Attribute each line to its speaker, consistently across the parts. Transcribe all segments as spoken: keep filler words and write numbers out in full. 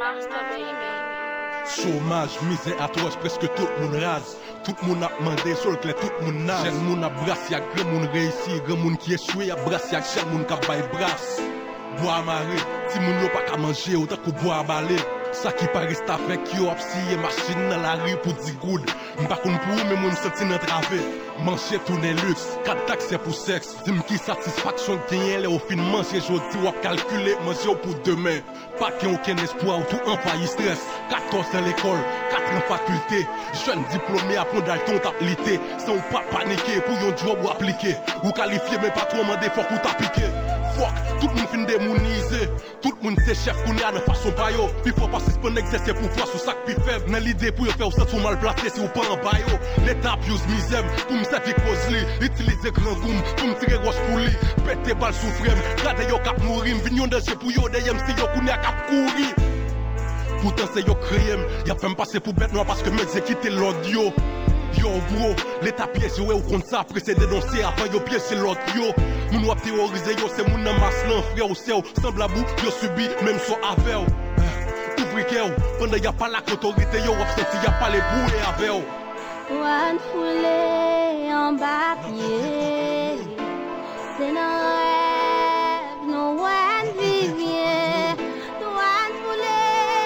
Speaker 1: Chômage, misère atroce, presque tout le monde rase. Tout le monde a demandé, sur le clé, tout le monde nage. Jeune monde a brassé, y'a grand monde réussi, grand monde qui échoue, y'a brassé, y'a jeune monde qui a baillé brasse. Bois maré, si moun yo pas qu'à manger, autant que bois balé. Ça qui paraît c'est avec yo absillé machine dans la rue pour dix good. M'pas qu'on pour mais moi me senti entravé. Manger tourner luxe, quatre taxes c'est pour sexe. Dis-moi qui satisfaction gagner là au fin manger jodi ou calculer manger pour demain. Pas qu'il aucun espoir ou tout envahi stress. quatorze à l'école, quatre en faculté. Jeune diplômé apprendre dans ton tablité. Sans pas paniquer pour yon job ou appliquer. Ou qualifier mais pas trop demander faut qu'on t'a piqué. Fuck, tout le monde fin démonisé. Tout le monde c'est chef qu'on y a de façon payo. Puis faut pas suspendre exercer pour voir sous sac plus faible. Dans l'idée pour faire ça sous mal placé si ou pas en bayo. L'état abuse misère pour me servir cause li. Utiliser grand goum pour me tirer roche pour li. Péter balle sous frème. Gardez yo cap mourir. Vignon danger pour yo deyem si yo koune a cap courir. Pourtant c'est yo créé. Y'a fait me passer pour bête noire parce que mes quitté l'audio. Yo bro, l'état piège yo ou contre ça après c'est dénoncé avant yo piège c'est l'autre yo. Moun wap terroriser yo c'est moun nan masse lan frère ou sœur semble à bout yo subi même so avec ou. Ouvri cœur pendant y a pas la autorité yo wap senti y a pas les boules avec ou.
Speaker 2: One foulé en bas pied. C'est non rêve, non one vivien. One foulé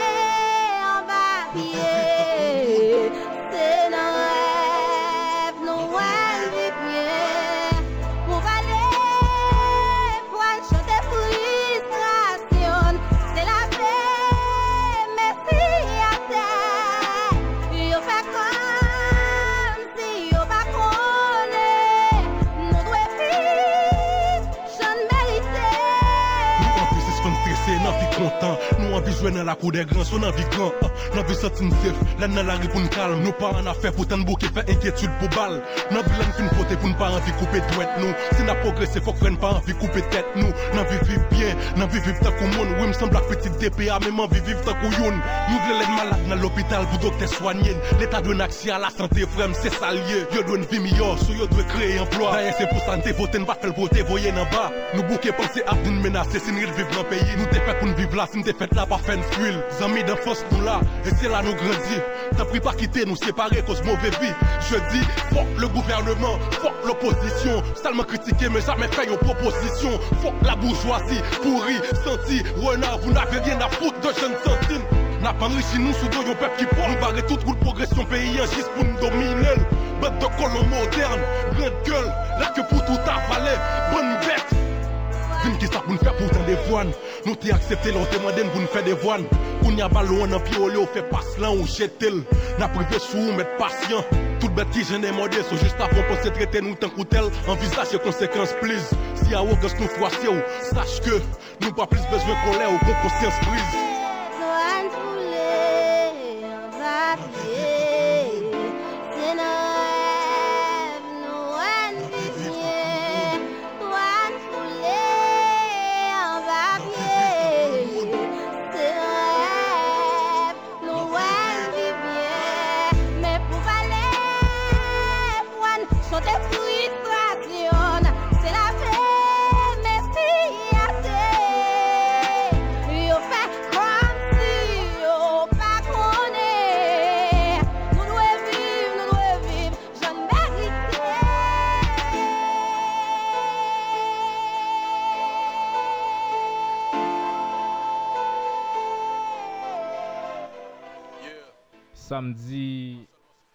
Speaker 2: en bas pied. C'est non rêve, non one vivien. Pour aller, pour aller chanter frustration. C'est la paix, mais si à terre. Yo fait comme si yo pas connaît. Nous doit vivre, j'en mérite.
Speaker 1: Nous en plus c'est stressé, nous envie content. Nous envie jouer dans la cour des grands, son envie grand. Nous envie sortir une safe, là dans la rue pour nous calme. Nous pas en affaire pour tant de bouquet, fait inquiétude pour balle. Nous envie l'en fin côté pour nous pas envie couper douette nous. Si nous progresser, faut qu'on pas envie couper tête nous. Nous envie vivre bien, nous envie vivre tant qu'on monde. Oui, me semble la petite D P A, même envie vivre tant qu'on youn. Nous voulons les malades dans l'hôpital pour docteur soigner. L'état doit accès à la santé, frère, c'est ça lié. Yo doit une vie meilleure, so yo doit créer emploi. D'ailleurs, c'est pour santé, voter, ne pas faire voter, voyer en bas. Nous bouquet penser à nous menacer, si nous vivre dans le pays. Nous t'es fait pour nous vivre là, si nous t'es fait là, pas faire une fuite. Amis d'enfance nous là, et c'est là nous grandis. T'as pris pas quitter, nous séparer, cause mauvaise vie. Je dis, fuck le gouvernement, fuck l'opposition. Seulement critiquer, mais jamais faire une proposition. Fuck la bourgeoisie, pourri, senti, renard, vous n'avez rien à foutre de jeunes sentines. N'a pas enrichi nous sous deux, yon peuple qui porte. Nous barrer toute route progression pays, juste pour nous dominer. Bête de colons modernes, grande gueule, là que pour tout avaler, bonne bête. Vin qui ça pour nous faire pourtant des voines. Nous t'y accepté, l'on demandé pour nous faire des voines. Pour n'y a ballon en pied au lieu, fait passe là ou jeter. N'a privé sous, mettre patient. Toute bête qui j'en ai demandé, sont juste avant penser traiter nous tant qu'outel. Envisage les conséquences, please. Si à August nous froissé ou, sache que nous pas plus besoin qu'on l'ait ou qu'on conscience prise.
Speaker 2: One foulé en bas pied. C'est non rêve, non one vivien. One foulé en bas pied. C'est non rêve, non one vivien. Mais pour aller, pour aller chanter frustration. C'est la paix, mais si à terre. Yo fait comme si yo pas connaît. Nous devons vivre, nous devons vivre, j'en mérite.
Speaker 3: Samedi,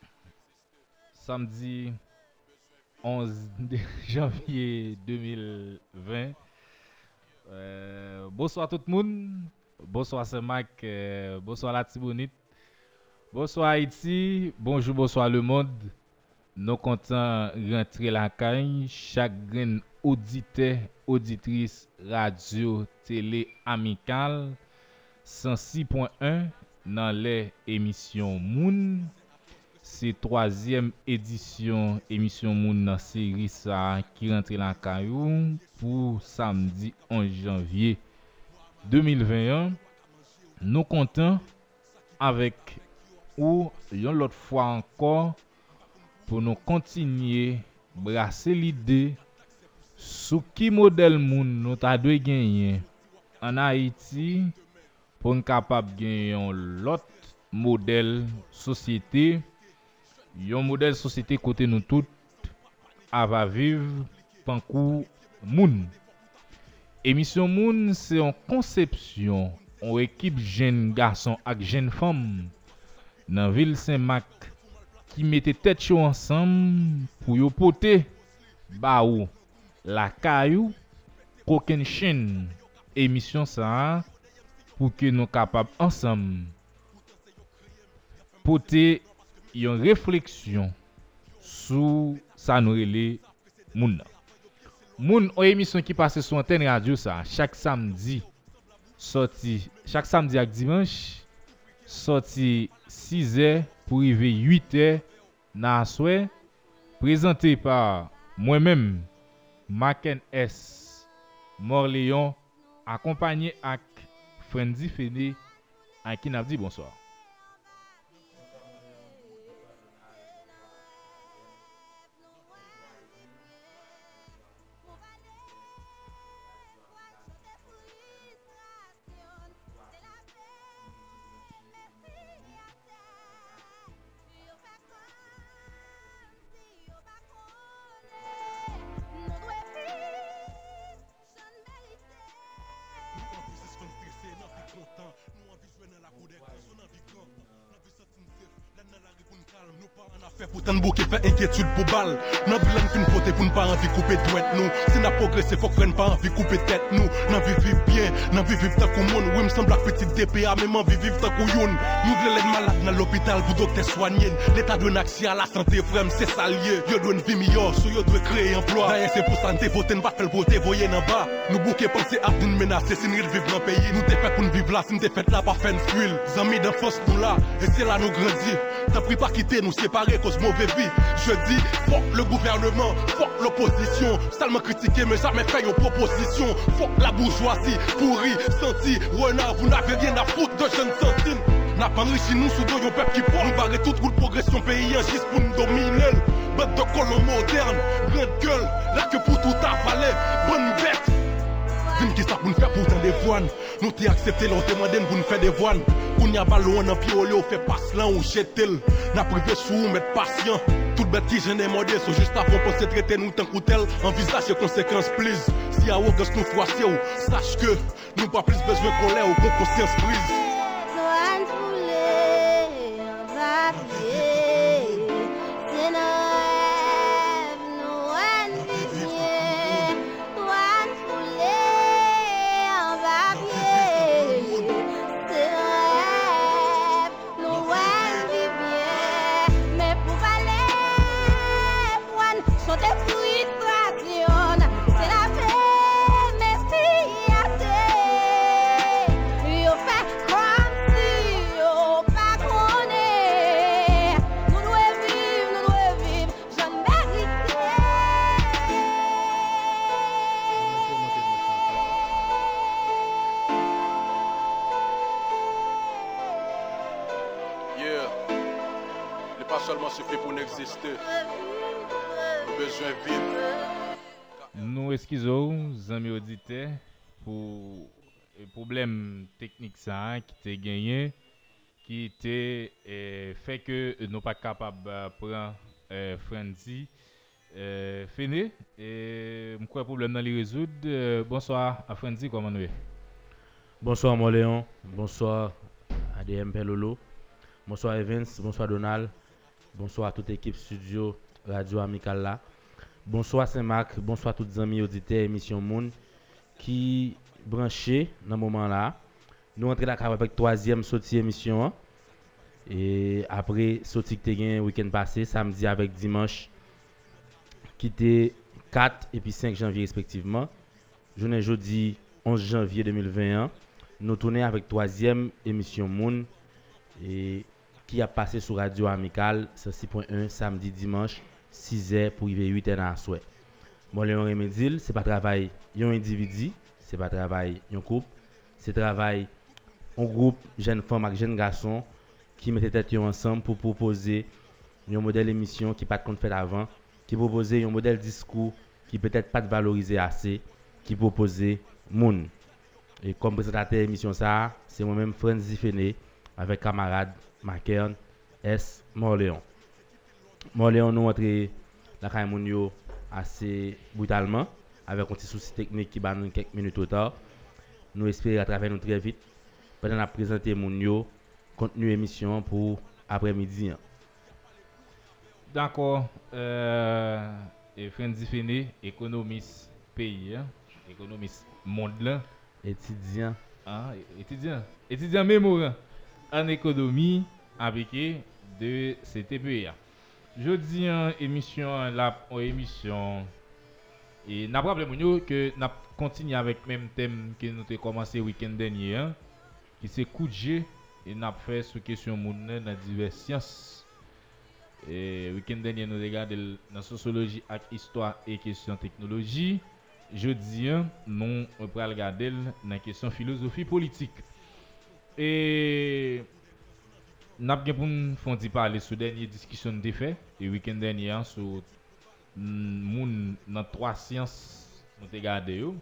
Speaker 3: samedi onze janvier deux mille vingt. Euh, bonsoir tout le monde. Bonsoir Saint-Marc. Euh, bonsoir la Tibonite. Bonsoir Haïti. Bonjour, bonsoir le monde. Nous comptons rentrer la caille. Chaque grain auditeur, auditrice, radio, télé amicale. cent six point un dans les émissions Moun. C'est troisième édition émission Moun dans série ça qui rentre dans caillou pour samedi onze janvier deux mille vingt et un. Nous comptons avec ou une autre fois encore pour nous continuer brasser l'idée sous qui modèle moun nous t'a dû gagner en Haïti pour nous capable gagner l'autre modèle société, un modèle société côté nous toutes va vivre pankou moun. Émission Moun c'est une conception en équipe jeunes garçons et jeunes femmes dans ville Saint-Marc qui mettait tête chaud ensemble pour yo porter ba ou la caillou coquin chaîne émission ça pour que nous capables ensemble porter une réflexion sur ça nous relé moun. Moun une émission qui passe sur antenne radio ça chaque samedi sorti chaque samedi et dimanche sorti six heures pour arriver huit heures dans la soirée présenté par moi-même Maken S Morléon accompagné avec Frenzy Fene à qui n'a dit bonsoir.
Speaker 1: Pourtant bouquet fait inquiétude pour balle. Nan bilan fin côté pour ne pas envie couper douette nous. Si n'a progressé faut qu'on pas envie couper tête nous. Nan vivre bien, nan vivre tant qu'on monde. Oui me semble la petite D P A même envie vivre tant qu'on youn. Nous voulons les malades dans l'hôpital pour docteur soigner. L'état doit accès à la santé frère c'est ça lié. Yo doit une vie meilleure, so yo doit créer emploi. D'ailleurs c'est pour santé voter pas faire voter voyer en bas. Nous bouquet penser à d'une menacer si nous vivre dans pays. Nous t'es fait pour vivre là, si nous t'es fait là pas faire une fuile. Amis d'enfance nous là et c'est là nous grandit. T'as pris pas quitter nous séparer cause mauvais vie. Je dis, fuck le gouvernement, fuck l'opposition. Seulement critiquer mais jamais fait une proposition. Fuck la bourgeoisie, pourri, senti, renard, vous n'avez rien à foutre de jeunes sentines. N'a pas enrichi nous sous deux peuple qui prend. Nous barrer toute route progression pays en juste pour nous dominer. Bête de colon moderne, grande gueule, là que pour tout avaler, bonne bête. Vin qui ça pour nous faire pourtant des voines. Nous t'y accepté, l'on demandé pour nous faire des voines. Qu'on y a ballon en pied au lieu, fait passe là ou jetel. N'a privé sous, mettre patient. Toute bête qui j'en ai demandé, c'est juste avant pour se traiter nous tant qu'outel. Envisage les conséquences, please. Si à August nous froissé, sache que nous pas plus besoin qu'on l'ait ou qu'on conscience prise.
Speaker 3: Nous excusons, amis auditeurs, pour le problème technique ça qui était gagné, qui était euh, fait que nous pas capable de prendre euh, Frenzy euh, Fene et je crois problème dans les résoudre. Euh, bonsoir à Frenzy, comment nous est?
Speaker 4: Bonsoir Moléon, bonsoir A D M Pelolo, bonsoir Evans, bonsoir Donald, bonsoir à toute l'équipe studio Radio Amical là. Bonsoir Saint-Marc, bonsoir tous les amis auditeurs émission Moun qui branché dans ce moment là. Nous entrons là avec troisième sortie émission et après sortie que tu as week-end passé, samedi avec dimanche qui était quatre et puis cinq janvier respectivement. Journée jeudi onze janvier deux mille vingt et un, nous tournons avec troisième émission Moun et qui a passé sur Radio Amical sur six point un samedi dimanche six heures pour arriver huit heures dans la soirée. Bon, Léon Remédil, c'est pas travail d'un individu, c'est pas travail d'un couple, c'est travail un groupe jeunes femmes et jeunes garçons qui mettent tête ensemble pour proposer un modèle émission qui pas de compte fait avant, qui proposait un modèle discours qui peut-être pas de valoriser assez, qui proposait moun. Et comme présentateur d'émission ça, c'est moi-même Franz Zifene avec camarade Makern S. Morléon. Morléon nous entré la Kaimounio assez brutalement avec un petit souci technique qui va nous quelques minutes au tard. Nous espérons à travers nous très vite pendant la présenter Mounio contenu émission pour après-midi.
Speaker 3: D'accord. Euh, et Frenzy Fene, économiste pays, hein, économiste monde là,
Speaker 4: Étudiant.
Speaker 3: hein, étudiant, étudiant mémoire en économie appliquée de C T P A. Jeudi en émission la en émission et n'a pas rappelé que n'a continué avec même thème que nous avons commencé le week-end dernier, hein, qui c'est coup de jeu et n'a fait sur question monde dans diverses sciences. Et week-end dernier nous regardons la sociologie avec histoire et question technologie. Jeudi nous on va regarder la question philosophie politique. Et n'a pas pour nous font parler sur dernière discussion de fait et week-end dernier sur moun dans trois sciences nous regardé yo.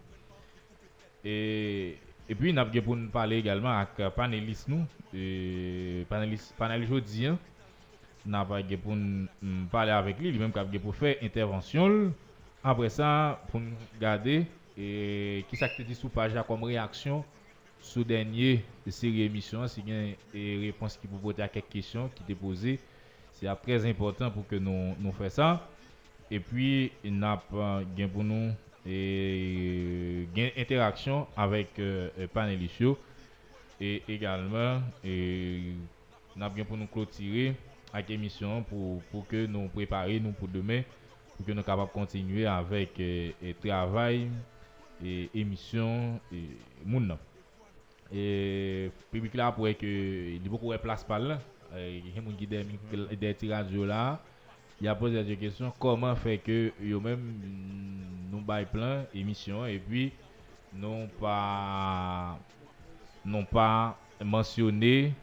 Speaker 3: Et et puis n'a pas pour nous parler également avec panélistes nous et panélistes panélistes jeudi n'a pas pour nous parler avec lui, lui-même qui pour faire intervention. Après ça, pour nous regarder et qui s'acte dit sous page comme réaction sur dernier série émission, si bien et réponse qui pour poser à quelques questions qui étaient posées, c'est très important pour que nous nous fassions ça. Et puis il n'a pas gain pour nous et gain interaction avec euh, panélistes et également et n'a bien pour nous clôturer avec l'émission pour, pour que nous préparions nous pour demain, pour que nous soyons capables de continuer avec euh, et travail et émission et moun. Et public là pour que il y a beaucoup de place par là, il y a des gens qui des tirages là, il y a posé des questions comment faire que yo même nous bail plein émission et puis non pas non pas mentionné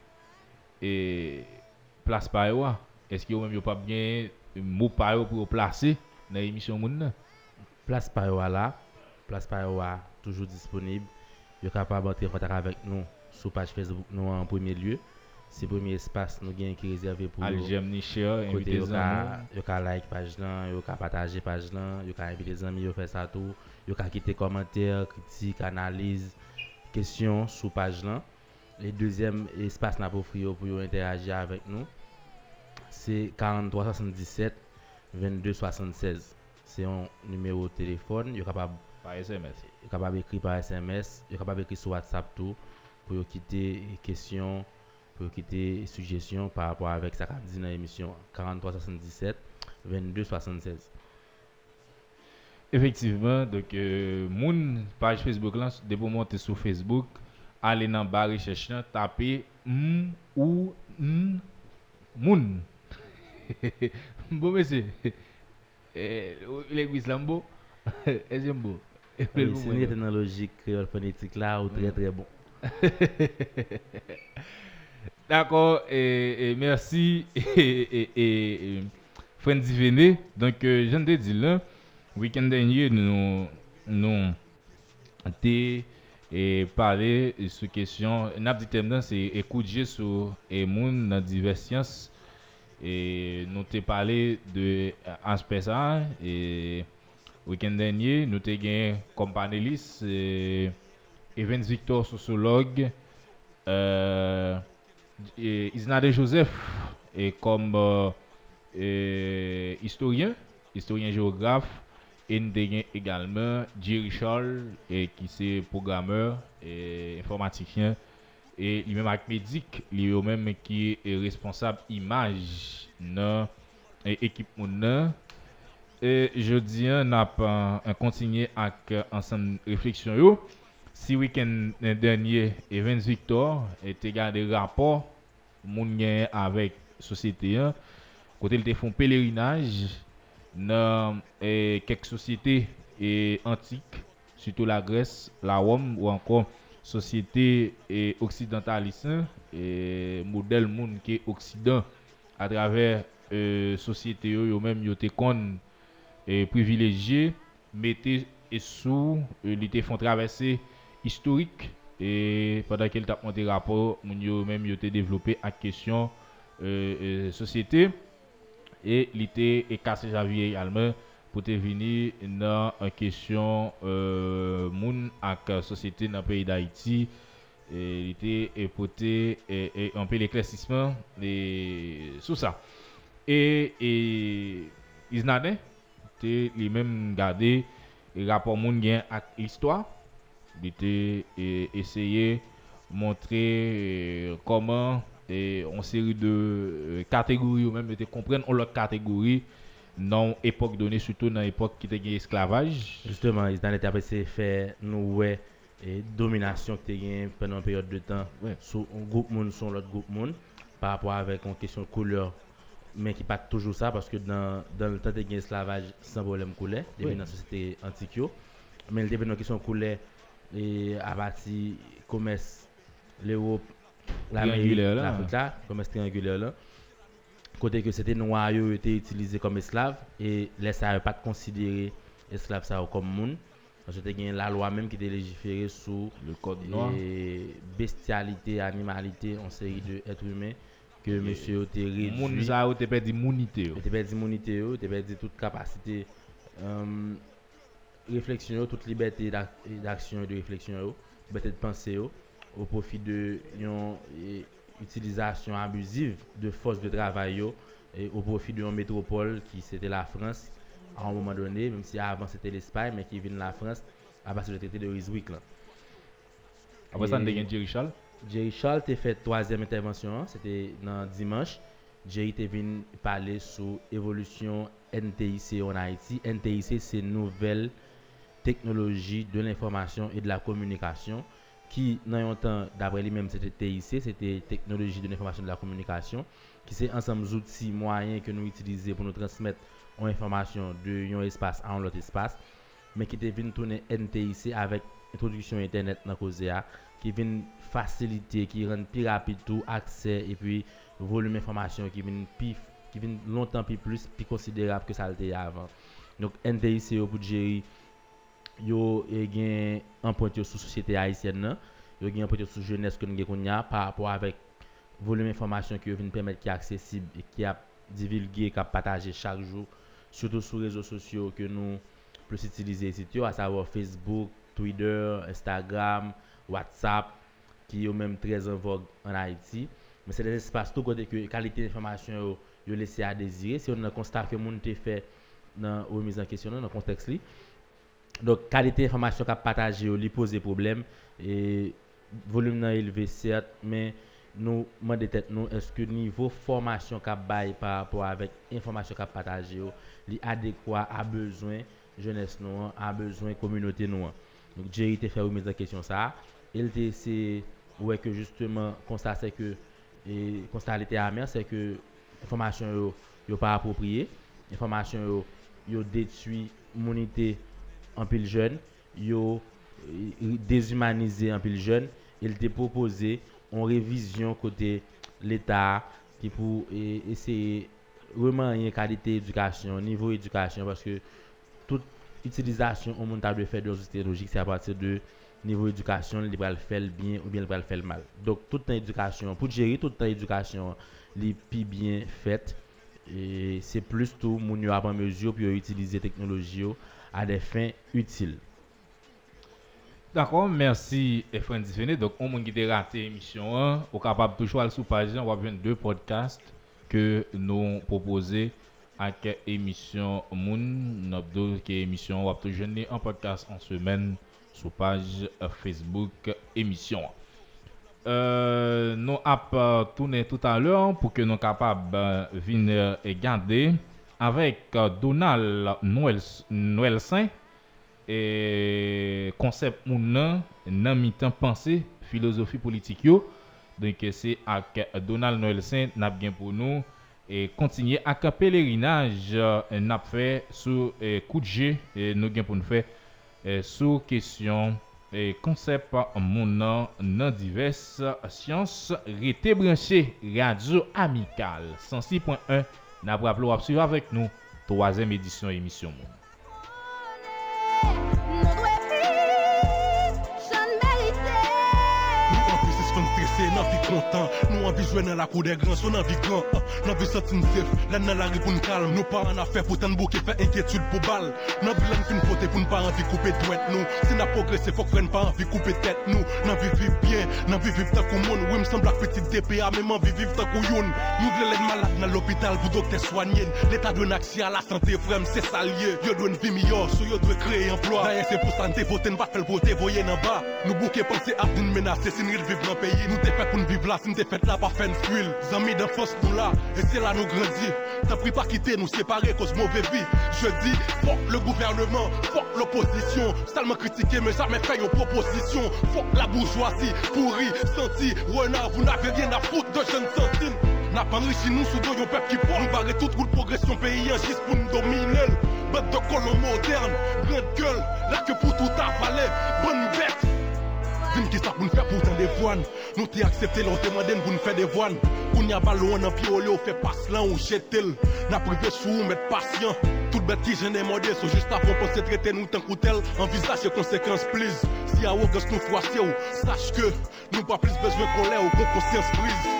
Speaker 3: et place par eux. Est-ce que vous même pas bien mot par eux pour placer dans l'émission moun?
Speaker 4: Place par eux là, place par eux toujours disponible. Vous êtes capable d'entrer en contact avec nous sur page Facebook nous en premier lieu. C'est le premier espace nous gain qui est réservé pour
Speaker 3: Algem Nicher, inviter les amis.
Speaker 4: Vous pouvez like page là, vous pouvez partager page là, vous pouvez inviter les amis, vous faire ça tout. Vous pouvez quitter commentaires, critiques, analyses, questions sur page là. Le deuxième espace n'a pas offert pour interagir avec nous. C'est quarante-trois soixante-dix-sept vingt-deux soixante-seize. C'est un numéro de téléphone. Vous êtes capable
Speaker 3: par S M S.
Speaker 4: Vous êtes capable d'écrire par S M S. Vous êtes capable d'écrire sur WhatsApp tout pour quitter questions, pour quitter suggestions par rapport avec ça qu'a dit dans l'émission quarante-trois soixante-dix-sept vingt-deux soixante-seize.
Speaker 3: Effectivement, donc euh, mon page Facebook là, de vous monter sur Facebook, allez dans barre recherche, tapez m ou n moun. Bon monsieur. Eh l'église lambo. Est-ce beau?
Speaker 4: C'est une technologie créole phonétique là ou très très bon.
Speaker 3: D'accord, et, et merci et, et, et Frenzy Fene. Donc euh, je te dis là, week-end dernier nous nous t'ai et parlé sur question n'a dit thème c'est écouter sur et moun dans diverses sciences et nous t'ai parlé de aspect ça et week-end dernier nous t'ai gagné comme panéliste Evans Victor sociologue euh et Isnade Joseph et comme euh, et historien historien géographe et nous avons également Jerry Charles et qui c'est programmeur et informaticien et lui-même avec médic lui-même qui est responsable image dans l'équipe moun et je dis on a pas continuer avec ensemble réflexion yo si week-end dernier Evans Victor était gardé rapport moun avec société hein côté ils te font pèlerinage dans eh, quelques sociétés eh, antiques surtout la Grèce, la Rome ou encore société eh, occidentaliste et modèle monde qui est occident à travers euh, société yo même yo te kon et privilégié mettez et sous euh, ils te font traverser historique et pendant qu'il t'a monté rapport moun yo même yo té développé à question euh, euh, société et l'été et cassé Javier également pour te venir dans une question euh, moun ak société dans le pays d'Haïti et l'été et porter et, et un peu l'éclaircissement et sur ça et et Isnade te lui même garder rapport moun gen ak histoire il était essayer montrer euh, comment et une série de euh, catégories ou même de comprendre on l'autre catégorie dans époque donnée surtout dans époque qui était esclavage
Speaker 4: justement ils dans l'état passé fait nous ouais et domination que tu pendant une période de temps
Speaker 3: ouais.
Speaker 4: sur un groupe monde sur l'autre groupe monde par rapport avec une question de couleur mais qui pas toujours ça parce que dans dans le temps de esclavage sans problème couleur depuis dans la société antique mais le début une question couleur et à partir commerce l'Europe l'Amérique l'Afrique là commerce triangulaire là côté que c'était noir yo était utilisé comme esclave et les ça pas considéré esclave ça comme monde parce que c'était la loi même qui était légiférée sur
Speaker 3: le code noir
Speaker 4: et bestialité animalité en série de êtres humains que et monsieur était réduit
Speaker 3: monde ça était perdu immunité
Speaker 4: était perdu immunité était perdu toute capacité euh, réflexion toute liberté d'action et de réflexion liberté de penser au profit de une utilisation abusive de force de travail yo, et au profit d'une métropole qui c'était la France à un moment donné même si avant c'était l'Espagne mais qui vient de la France à partir du traité de Ryswick là.
Speaker 3: Après ça on a Jerry Charles.
Speaker 4: Jerry Charles a fait troisième intervention, c'était dans dimanche. Jerry est venu parler sur évolution N T I C en Haïti. N T I C c'est nouvelle technologie de l'information et de la communication qui dans un temps d'après lui-même c'était T I C, c'était technologie de l'information et de la communication qui c'est ensemble d'outils moyens que nous utilisons pour nous transmettre une information de un espace à un autre espace mais qui est venu tourner N T I C avec introduction internet dans Cosea qui vient faciliter qui rend plus rapide tout accès et puis volume d'information qui vient plus qui vient longtemps plus plus plus considérable que ça l'était avant. Donc N T I C pour gérer yo gen un point sur société haïtienne là, yo gen un point sur jeunesse que nous gen par rapport avec volume d'information qui vient permettre qui est accessible et qui a divulgué qui a partagé chaque jour surtout sur les réseaux sociaux que nous plus utiliser ici à savoir Facebook, Twitter, Instagram, WhatsApp qui sont même très en vogue en Haïti mais c'est des espaces tout côté que qualité d'information yo, yo laissé à désirer si on a constat que monde te fait dans remise en question dans contexte li. Donc qualité d'information qu'a partagé li pose problème et volume nan élevé certes mais nous demander tête nous est-ce que niveau formation qu'a bail par rapport avec information qu'a partagé li adéquat à besoin jeunesse nous a besoin communauté nous. Donc Jerry te fait remise en question ça il te c'est ouais que justement constat c'est que et constat était amer c'est que information yo yo pas approprié information yo yo détruit monité en pile jeune yo déshumanisé en pile jeune il te proposé une révision côté l'état qui pour e, essayer vraiment une qualité éducation niveau éducation parce que toute utilisation au monde de faire de technologique c'est à partir de niveau éducation il va le faire bien ou bien il va le faire mal. Donc toute éducation pour gérer toute éducation les plus bien faite et c'est plus tout moun yo avant mesure pour utiliser technologie à des fins utiles.
Speaker 3: D'accord, merci Efren Difene. Donc on moun qui te raté émission un, ou capable toujours aller sur page, on va voir deux podcasts que nous proposer avec émission moun n'abdo qui émission on va toujours un podcast en semaine sur page Facebook émission. Euh, nous avons tourné tout à l'heure pour que nous capables de venir et garder avec Donald Noël-Saint et concept moun nan mi-temps pensée philosophie politique yo. Donc c'est avec Donald Noël-Saint n'a bien pour nous et continuer avec un pèlerinage n'a fait sur coup de G et nous gain pour nous faire sur question et concept moun nan diverses sciences rete branché radio amical cent six point un n'a rappelé suivre avec nous troisième édition émission moun.
Speaker 2: Nous doit vivre sans mériter.
Speaker 1: trente ans. Nous envie jouer dans la cour des grands, son envie grand. Nous envie sortir une safe, là dans la rue pour nous calme. Nous pas en affaire pour tant de bouquet faire inquiétude pour balle. Nous envie l'en fin côté pour nous pas envie couper douette nous. Si nous progresser, faut qu'on pas envie couper tête nous. Nous envie vivre bien, nous envie vivre tant qu'on monde. Oui, me semble la petite D P A, même envie vivre tant qu'on youn. Nous voulons les malades dans l'hôpital pour docteur soigner. L'état doit accès à la santé, frère, c'est ça lié. Yo doit une vie meilleure, so yo doit créer emploi. D'ailleurs, c'est pour santé, voter, pas faire voter, voyer en bas. Nous bouquet penser à nous menacer, si nous vivons dans le pays. Nous t'es fait pour nous vivre là, si nous t'es fait là, pas faire une fuite. Amis d'enfance nous là, et c'est là nous grandis. T'as pris pas quitter, nous séparer, cause mauvaise vie. Je dis, fuck le gouvernement, fuck l'opposition. Seulement critiquer, mais jamais faire une proposition. Fuck la bourgeoisie, pourri, senti, renard, vous n'avez rien à foutre de jeunes sentines. N'a pas enrichi nous sous un peuple qui porte. Nous barrer toute route progression pays en juste pour nous dominer. Bête de colon moderne, grande gueule, là que pour tout avaler, bonne bête. Vin qui ça pour nous faire pourtant des voines. Nous t'y accepté, l'on demandé pour nous faire des voines. Qu'on y a ballon en pied au lieu, fait passe là ou jetel. N'a privé sous, mettre patient. Toute bête qui j'en ai demandé, sont juste avant penser traiter nous tant qu'outel. Envisage les conséquences, please. Si à August nous froissé ou, sache que nous pas plus besoin qu'on l'ait ou qu'on conscience prise.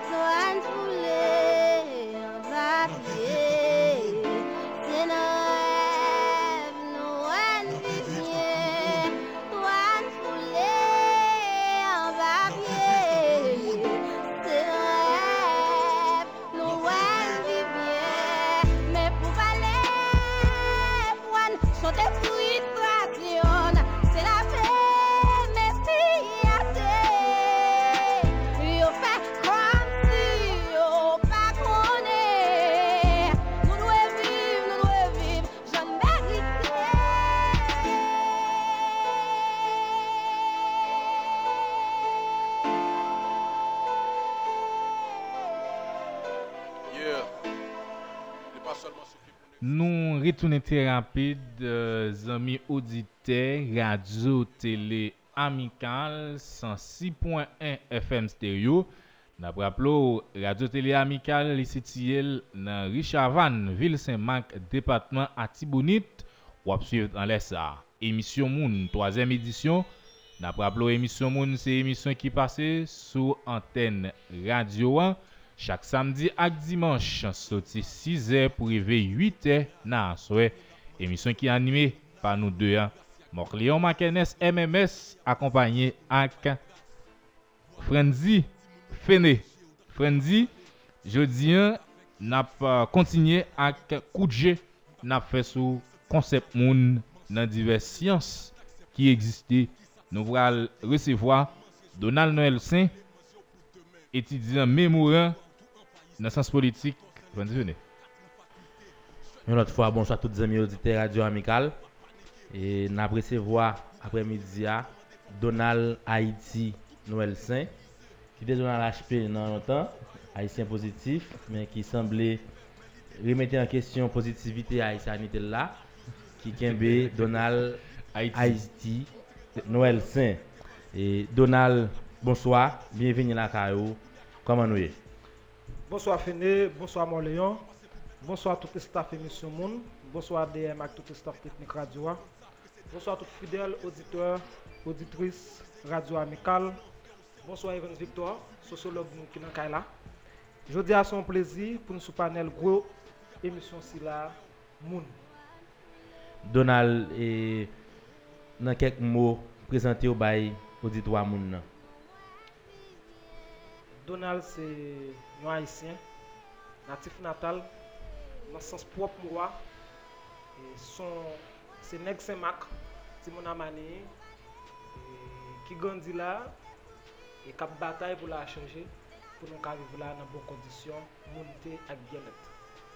Speaker 3: Nous retournons très rapide, euh, amis auditeurs, radio, télé, amical, cent six point un F M stéréo. N'a rappelé radio, télé, amical, ici dans Richard Van, ville Saint-Marc, département Atibonite, ou à suivre dans l'Est. Émission Moun, troisième édition. N'a rappelé émission Moun, c'est émission qui passe sur antenne radio un. Chaque samedi et dimanche, sorti six heures pour arriver huit heures dans soirée. Émission qui est animée par nous deux. Morcléon Makenes M M S accompagné avec Frenzy Fene. Frenzy, jeudi, n'a pas continué avec coup de jeu, n'a fait sous concept moun dans diverses sciences qui existaient. Nous allons recevoir Donald Noël Saint, étudiant mémoire dans le sens politique. Une
Speaker 4: autre fois, bonsoir à tous les amis auditeurs Radio Amical. Et nous recevoir après-midi Donald Haïti Noël Saint, qui était dans l'H P dans longtemps, haïtien positif, mais qui semblait remettre en question la positivité haïtienne là, qui kembe Donald Haïti Noël Saint. Et Donald, bonsoir, bienvenue à la Caillou. Comment nous est?
Speaker 5: Bonsoir Féné, bonsoir Morléon, bonsoir tout le staff émission Moun, bonsoir D M avec tout le staff technique radio, bonsoir tout fidèles auditeurs, auditrices radio amical, bonsoir Evans Victor, sociologue qui est là. Je dis à son plaisir pour nous sous panel gros émission si là Moun.
Speaker 4: Donald, et dans quelques mots présenté au bail auditoire Moun.
Speaker 5: Donald c'est un haïtien, natif natal, dans le sens propre moi. Et son c'est Nèg Saint-Marc, c'est mon amani, qui grandit là et qui bataille pour la changer, pour nous vivre là dans de bonnes conditions, monter avec bien-être.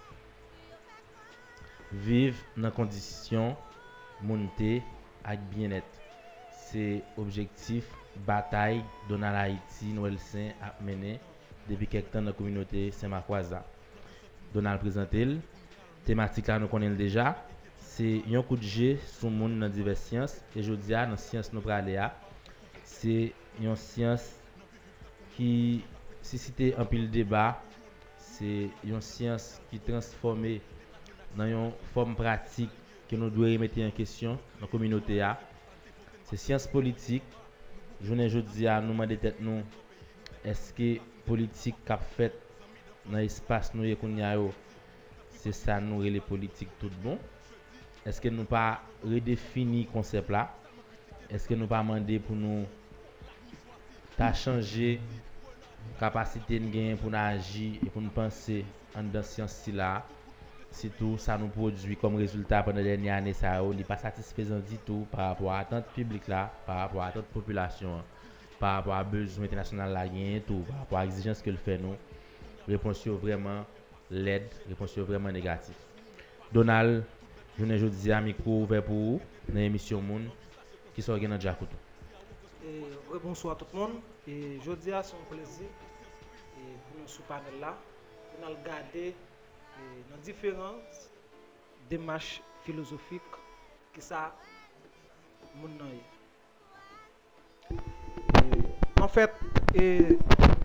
Speaker 4: Vivre dans conditions, monter avec bien-être. C'est objectif bataille Donald Haïti Noël Saint a mené depuis quelque temps dans la communauté Saint-Marcoise. Donald présenté thématique là nous connaissons déjà, c'est un coup de jeu sur le monde dans diverses sciences et je dis dans science nous parler c'est une science qui suscite un pile débat, c'est une science qui transformée dans une forme pratique que nous devons remettre en question dans la communauté a. C'est science politique. Je ne dis à nous demander tête nous est-ce que politique qu'a fait dans l'espace nous et qu'on y a yo, c'est ça nous les politiques tout bon? Est-ce que nous pas redéfinir concept là? Est-ce que nous pas demander pour nous ta changer capacité de gain pour nous agir et pour nous penser en dans science là? Si tout ça nous produit comme résultat pendant les dernières années, ça n'est pas satisfaisant du tout par rapport à l'attente publique là, par rapport à toute population, par rapport à besoin international là, tout, par rapport à l'exigence que le fait nous. Réponse vraiment laide, réponse vraiment négative. Donald, je ne dis à micro ouvert pour vous dans l'émission Moun qui sont organisée dans Djakoutou.
Speaker 5: Et bonsoir tout le monde. Et je dis à son plaisir et pour nous sous panel là, pour nous regarder dans différentes démarches philosophiques qui ça mon nom. En fait, et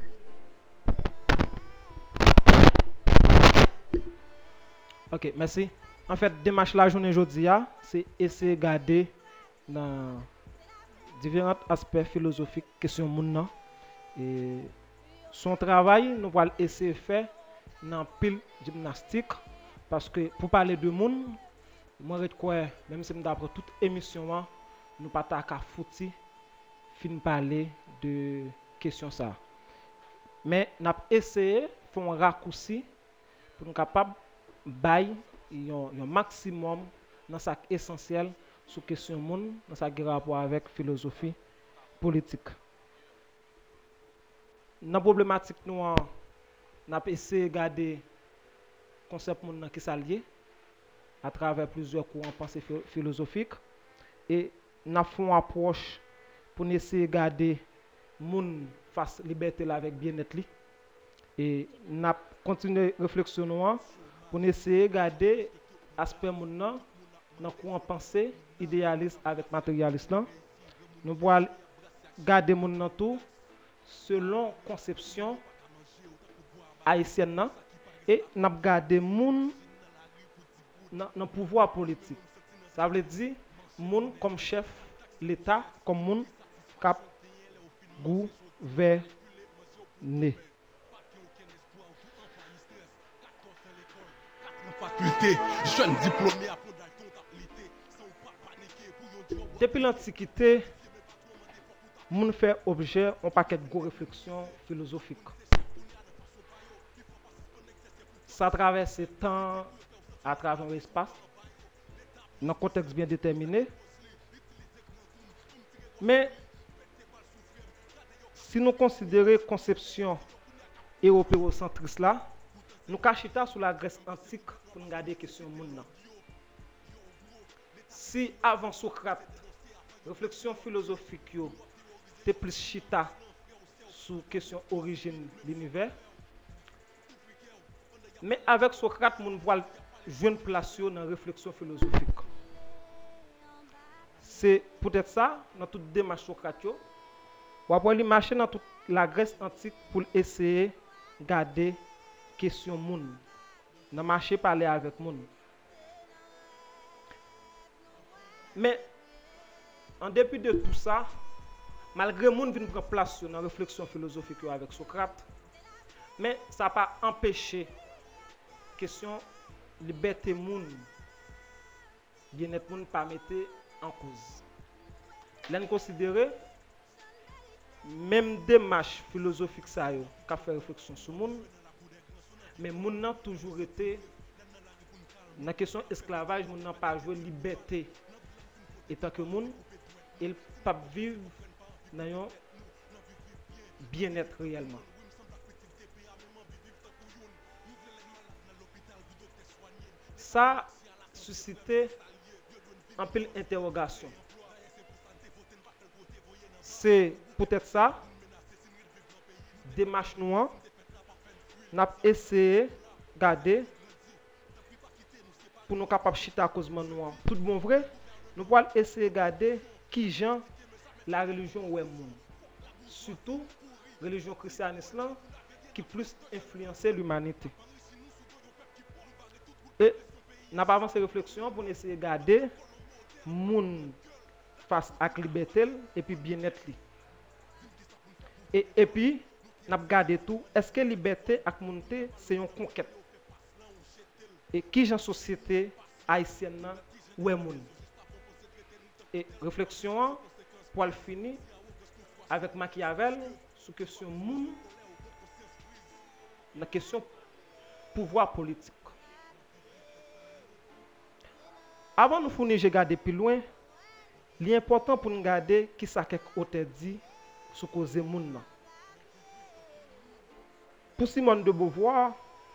Speaker 5: ok, merci. En fait, démarche la journée aujourd'hui, c'est essayer de garder dans différents aspects philosophiques question moun et son travail nous allons essayer de faire dans pile gymnastique parce que pour parler de monde moi je crois même si d'après toute émission nous pas ta ka fouti fin parler de question ça mais n'a essayé faire un raccourci pour nous capable bail un maximum dans ça essentiel sur question monde dans ça qui rapport avec philosophie politique. Dans problématique nous on a essayé de regarder concept monde qui s'allié à travers plusieurs courants pensée philosophiques et n'a fait une approche pour essayer de garder monde face liberté là avec bien-être li et n'a continué réflexion pour essayer de garder aspect monde dans courant pensée idéaliste avec matérialiste là nous pourrons garder monde dans tout selon conception haïtienne et n'a garder monde dans pouvoir politique ça veut dire monde comme chef l'état comme monde cap gouverner
Speaker 1: faculté jeune diplômé à
Speaker 5: depuis l'Antiquité, moun fait objet un paquet de gros réflexions philosophiques. Ça traverse le temps à travers l'espace, dans un contexte bien déterminé. Mais si nous considérons la conception européocentriste là, nous cachons sur la Grèce antique pour nous garder la question du monde. Si avant Socrate, réflexion philosophique yo te plus chita sur question origine de l'univers, mais avec Socrate moun voit jeune place dans la réflexion philosophique. C'est peut-être ça dans toute démarche Socrate yo, ou après il marcher dans toute la Grèce antique pour essayer garder question moun, dans marcher parler avec moun. Mais en dépit de tout ça, malgré le monde vient prendre place dans la réflexion philosophique avec Socrate, mais ça n'a pas empêché la question de liberté moun, bien-être moun pas mettre en cause. L'on considère même démarche philosophique ça yo, qu'a fait réflexion sur moun, mais moun n'a toujours été dans la question esclavage, moun n'a pas joué liberté. Et tant que moun il pas vivre dans un bien-être réellement. Ça suscité un peu d'interrogation. C'est peut-être ça, démarche nous, n'a essayé de garder pour nous capables de chiter à cause de nous. Tout bon vrai, nous pouvons essayer de garder qui gens la religion ou est monde. Surtout religion christianiste qui plus influencé l'humanité. Et n'a pas avancé réflexion pour essayer de garder monde face à la liberté et puis bien-être. Et, et puis n'a regardé tout, est-ce que liberté ak monter c'est une conquête? Et qui j'en société haïtienne nan ouais moun. Et réflexion pour le finir avec Machiavel sur question moun, la question pouvoir politique. Avant nous finir, j'ai gardé plus loin, l'important pour nous garder qui ça quelques auteur dit sur cause moun nan. Pour Simone de Beauvoir,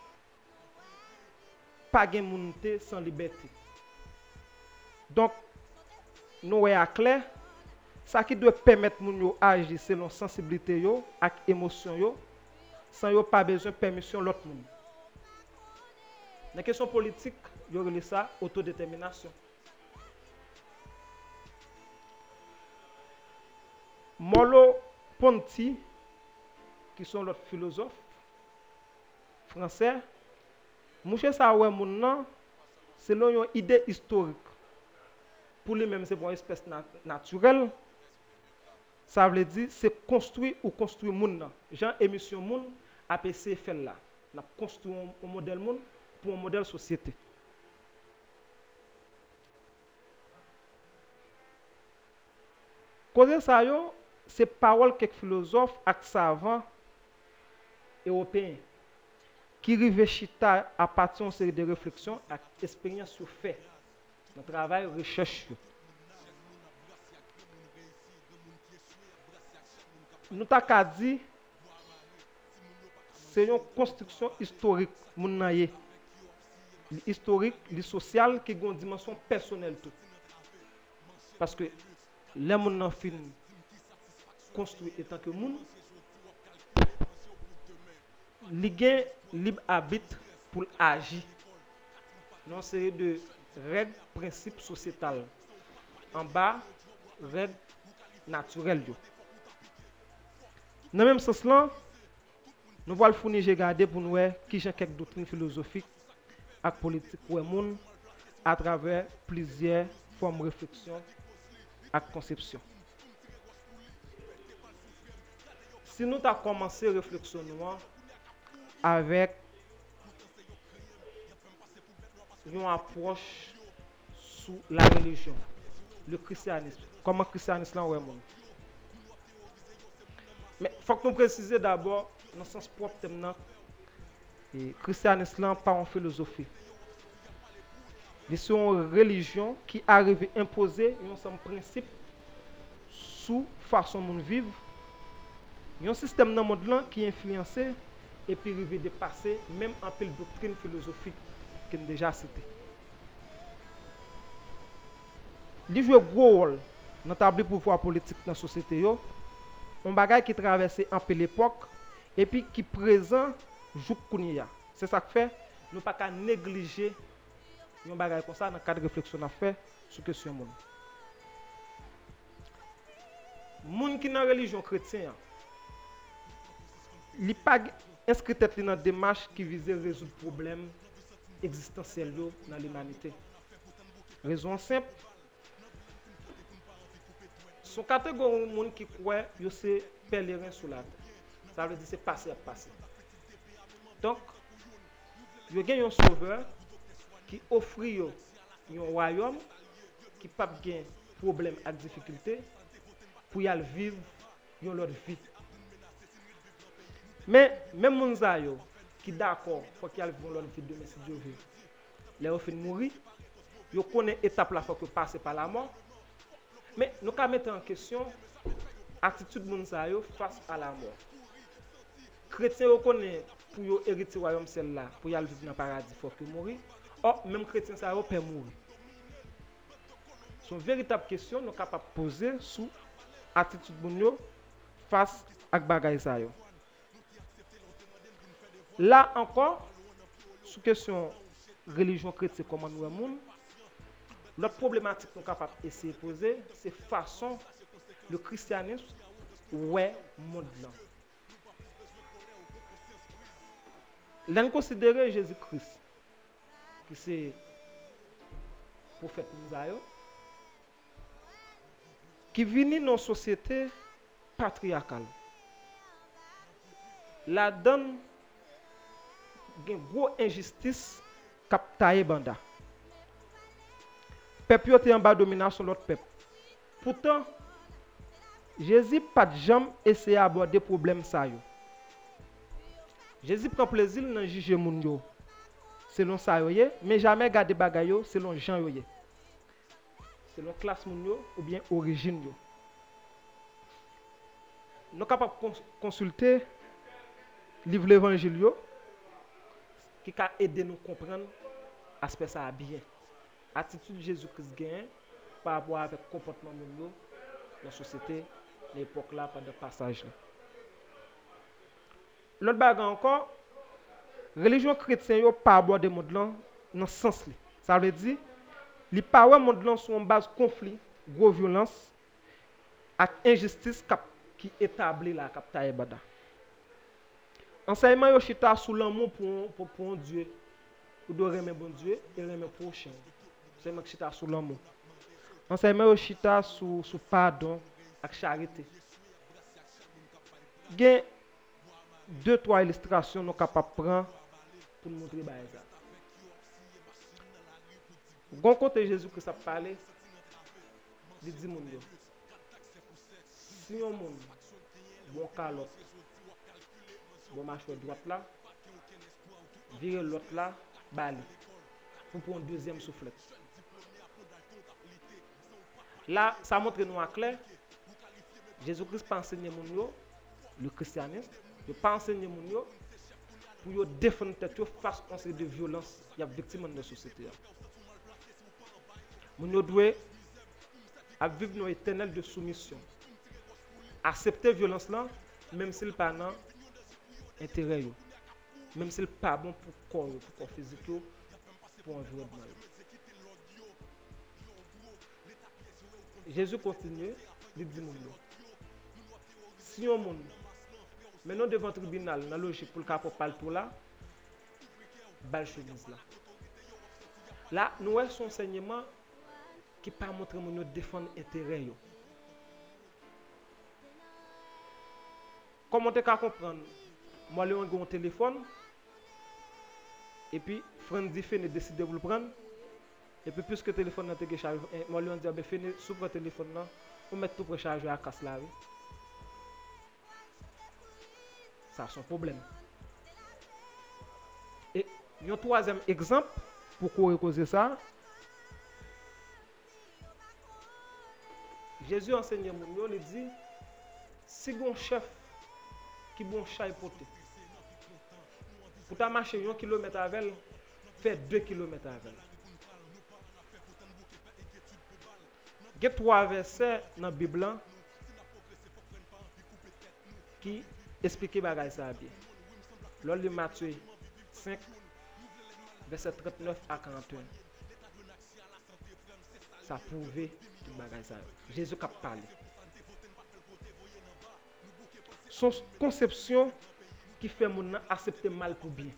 Speaker 5: pas de moun te sans liberté. Donc, nous voyons clair, ça qui doit permettre moun yo agir selon sensibilité yo ak émotion yo, sans yo pas besoin de permission l'autre moun. Dans la question politique, yo relé ça autodétermination. Molo Ponti, qui sont l'autre philosophe français, monsieur ça ouais moun nan, selon une idée historique. Pour lui-même, c'est une espèce nat naturelle. Ça veut dire c'est construit ou construit moun nan. Jean émission moun A P C fait là. On a construit un, un modèle moun pour un modèle société. Cause ça yo, c'est parole quelques philosophes et savants européens qui rive chita à partir d'une série de réflexions et d'expériences sur fait. Dans le travail, recherche. Nous t'avons dit, c'est une construction historique, moun historique, li social, qui a une dimension personnelle tout. Parce que les moun nan fin construit étant que moun, li gen libre arbitre pour agir. Non, c'est de règles, principes sociétales. En bas, règles naturelles. Dans le même sens là, nous voulons fournir j'ai gardé pour nous qui j'ai quelques doctrines philosophiques et politiques pour le monde à travers plusieurs formes de réflexion et conception. Si nous avons commencé à réflexion avec une approche sur la religion, le christianisme. Comment le christianisme est monde. Mais il faut que nous précisions d'abord, dans le sens propre, que le christianisme n'est pas une philosophie. C'est une religion qui arrive à imposer un ensemble de principes sous façon de vivre. Il y a un système dans le monde qui est influencé et puis arrive à dépasser même un peu de doctrine philosophique que nous avons déjà cité. Il joue un gros rôle dans le pouvoir politique dans la société. Un bagage qui traverse un peu l'époque et puis qui présent jouk kounia. C'est ça que fait nous pas qu'à négliger un bagage comme ça dans le cadre de réflexion à faire sur la question monde. Moun qui dans la religion chrétienne, il pas inscrit tête dans une démarche qui vise à résoudre le problème existentiel dans l'humanité. Raison simple. Son catégorie de monde qui croit que c'est pèlerin sur la terre. Ça veut dire c'est passé à passer. Donc, il y a un sauveur qui offre un royaume qui n'a pas de problème et difficulté pour y aller vivre une autre vie. Mais même les gens qui sont d'accord pour qu'ils aillent vivre une autre vie demain si Dieu veut, les gens finissent mourir, ils connaissent l'étape là faut que passer par la mort. Mais nous avons mettre en question l'attitude de gens face à la mort. Les chrétiens reconnaissent pour hériter le royaume celle-là, pour y aller vivre dans le paradis, il faut qu'ils mourir. Or, même les chrétiens ça peuvent mourir. C'est une véritable question que nous sommes capables de poser sur l'attitude de gens face à bagay sa yo. Là encore, sur question religion chrétienne, comment nous sommes, l'autre problématique que nous sommes capables d'essayer de poser, c'est façon le christianisme ouais monde là. Là, nous considérons Jésus-Christ, qui c'est prophète Mousaïo, qui vient dans une société patriarcale. la donne une grosse injustice k'ap taillé banda. Peuple yo te en bas domination l'autre peuple. Pourtant, Jésus pas de jamais essayé d'aborder problème ça yo. Jésus prend plaisir dans juger moun yo selon ça yo yé, mais jamais garder bagay yo selon gens yo yé. Selon classe moun yo ou bien origine yo. Nous sommes capables de consulter le livre l'évangile yo qui va aider nous à comprendre l'aspect ça bien. Attitude Jésus-Christ gagne par rapport avec le comportement de nous dans la société, l'époque là, pendant le passage là. L'autre bagarre encore, la religion chrétienne n'a pas abordé le monde là dans ce sens là. Ça veut dire, les paroles monde là sont en base conflit, gros violence, et injustice qui établit la capitale Bada. Enseignement yo chita sous l'amour pour pour pour Dieu, ou de remettre bon Dieu et remettre prochain. Enseignement chita sous l'amour. Enseignement yo chita sous sous pardon et charité. Gen deux trois illustrations nous capable prendre pour nous montrer ça. Gon côté Jésus que ça parler, il dit mon Dieu. Si on monde bon calotte bon marche droite là, virer l'autre là, bali. Pour prendre un deuxième soufflet. Là, ça montre nous en clair, Jésus-Christ pas enseigner mon yo, le christianisme, il pas enseigner mon yo pour yo défendre tête face à ces de violence, il y a victime dans la société. Mon yo doit à vivre dans éternel de soumission. Accepter violence là, même s'il pas non intérêt yo, même s'il pas bon pour corps, pour corps physique, pour environnement. Jésus continue, il dit mon si on monde maintenant devant le tribunal dans logique pour le cas pour parler tout là, bal chemise là. Là, nous avons son enseignement qui pas montrer mon défendre intérêt yo. Comment tu peux comprendre? Moi, j'ai un téléphone, et puis, Frandy Fene décide de vous le prendre, et puis, puisque le téléphone n'a pas été chargé, moi, j'ai dit, Fene, s'ouvre le téléphone, pour mettre tout pour charger à casse là. Ça, c'est un problème. Et, un troisième exemple, pour causer ça, Jésus enseigne, il dit, si un chef qui bon chat porté. Pour ta marcher un kilomètre avec elle, fait deux kilomètres avec elle. Il y a trois versets dans la Bible qui expliquent bagay ça bien. Lors de Matthieu cinq, verset trente-neuf à quarante et un. Ça prouve tout bagay ça. Jésus a parlé. Son conception qui fait mon accepter mal pour bien.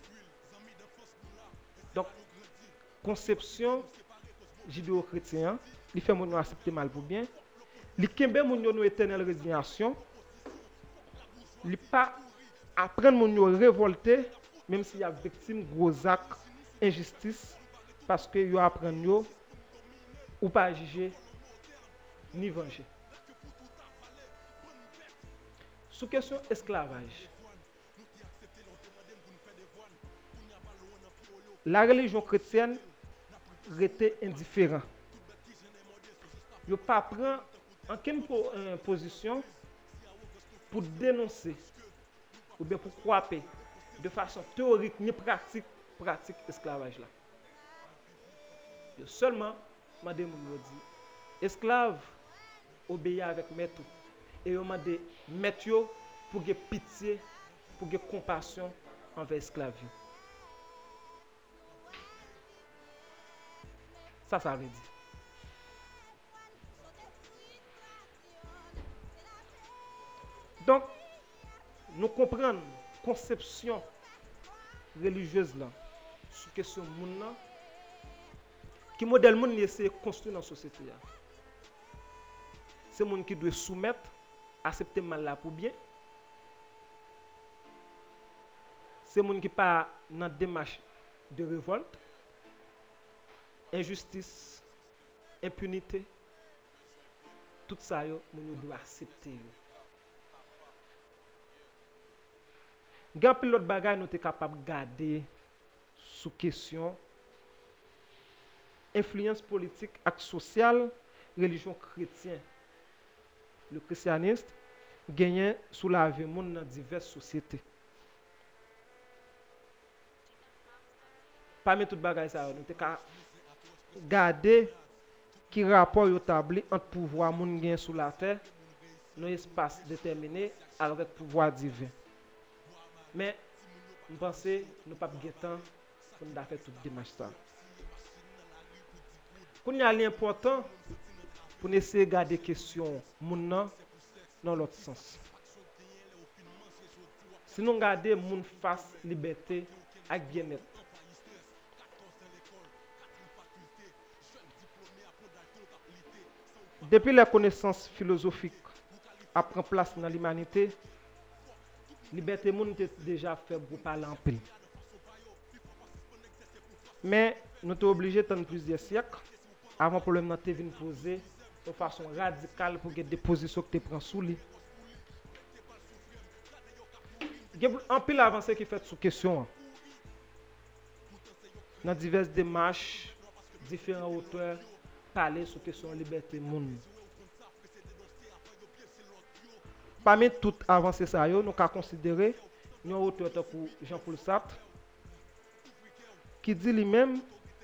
Speaker 5: Donc, conception judéo-chrétien, il fait mon accepter mal pour bien. Il kembe mon yo éternelle résignation. Il pas apprendre mon yo révolter même s'il y a victime gros actes injustice parce que yo apprendre yo ou pas juger ni venger. Sous question esclavage, la religion chrétienne était indifférente. Il ne pas prendre aucune position pour dénoncer ou bien pour croire de façon théorique ni pratique pratique esclavage là. Seulement, madame me dit, esclave obéit avec maître. Et on m'a dit, maître pour que pitié, pour que compassion envers esclaves. Ça, ça veut dire. Donc, nous comprenons la conception religieuse là, sur question de monde là, qui modèle monde essaie de construire dans la société. C'est le monde qui doit soumettre, accepter mal là pour bien. c'est moun qui pas dans démarche de révolte, injustice, impunité, tout ça yo moun yo doit accepter yo. Gan pile l'autre bagay nous t'es capable garder sous question influence politique et sociale religion chrétienne. Le christianisme gagne sous la vie monde dans diverses sociétés. Parmi tout bagay ça nous t'es capable garder qui rapport établi entre pouvoir moun gagne sous la terre dans espace déterminé avec pouvoir divin. Mais je pense que nous n'avons pas de temps pour nous faire toute démarche. Quand il y a l'important pour essayer de garder les questions dans l'autre sens. Si nous regardons moun face liberté et bien-être. Depuis la connaissance philosophique a pris place dans l'humanité, liberté moun était déjà fait pour parler en pile. Mais nous sommes obligés d'attendre plusieurs siècles avant le problème de venir poser de façon radicale pour que des positions que tu prends sous lui. Il y a un pile avancé qui fait sous question. Dans diverses démarches, différents auteurs parler sur question de liberté moun. Parmi toutes avancées ça yo, nous avons considéré un auteur comme Jean-Paul Sartre qui dit lui-même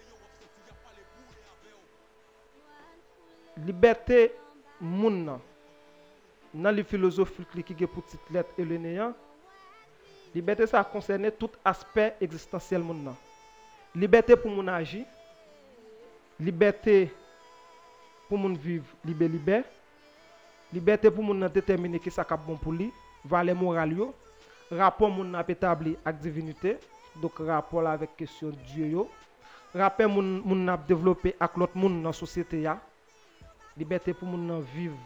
Speaker 5: liberté moun dans les philosophies qui est pour petite lettre et le néant. Liberté ça concerne tout aspect existentiel moun. Liberté pour moun agir, liberté pour moun vivre libre libre. Liberté pour moun déterminer qui ça cap bon pour lui, valeur morale yo, rapport moun n'a établi avec divinité, donc rapport avec question Dieu yo, rapport moun moun n'a développé avec l'autre moun dans société ya. Liberté pour moun vivre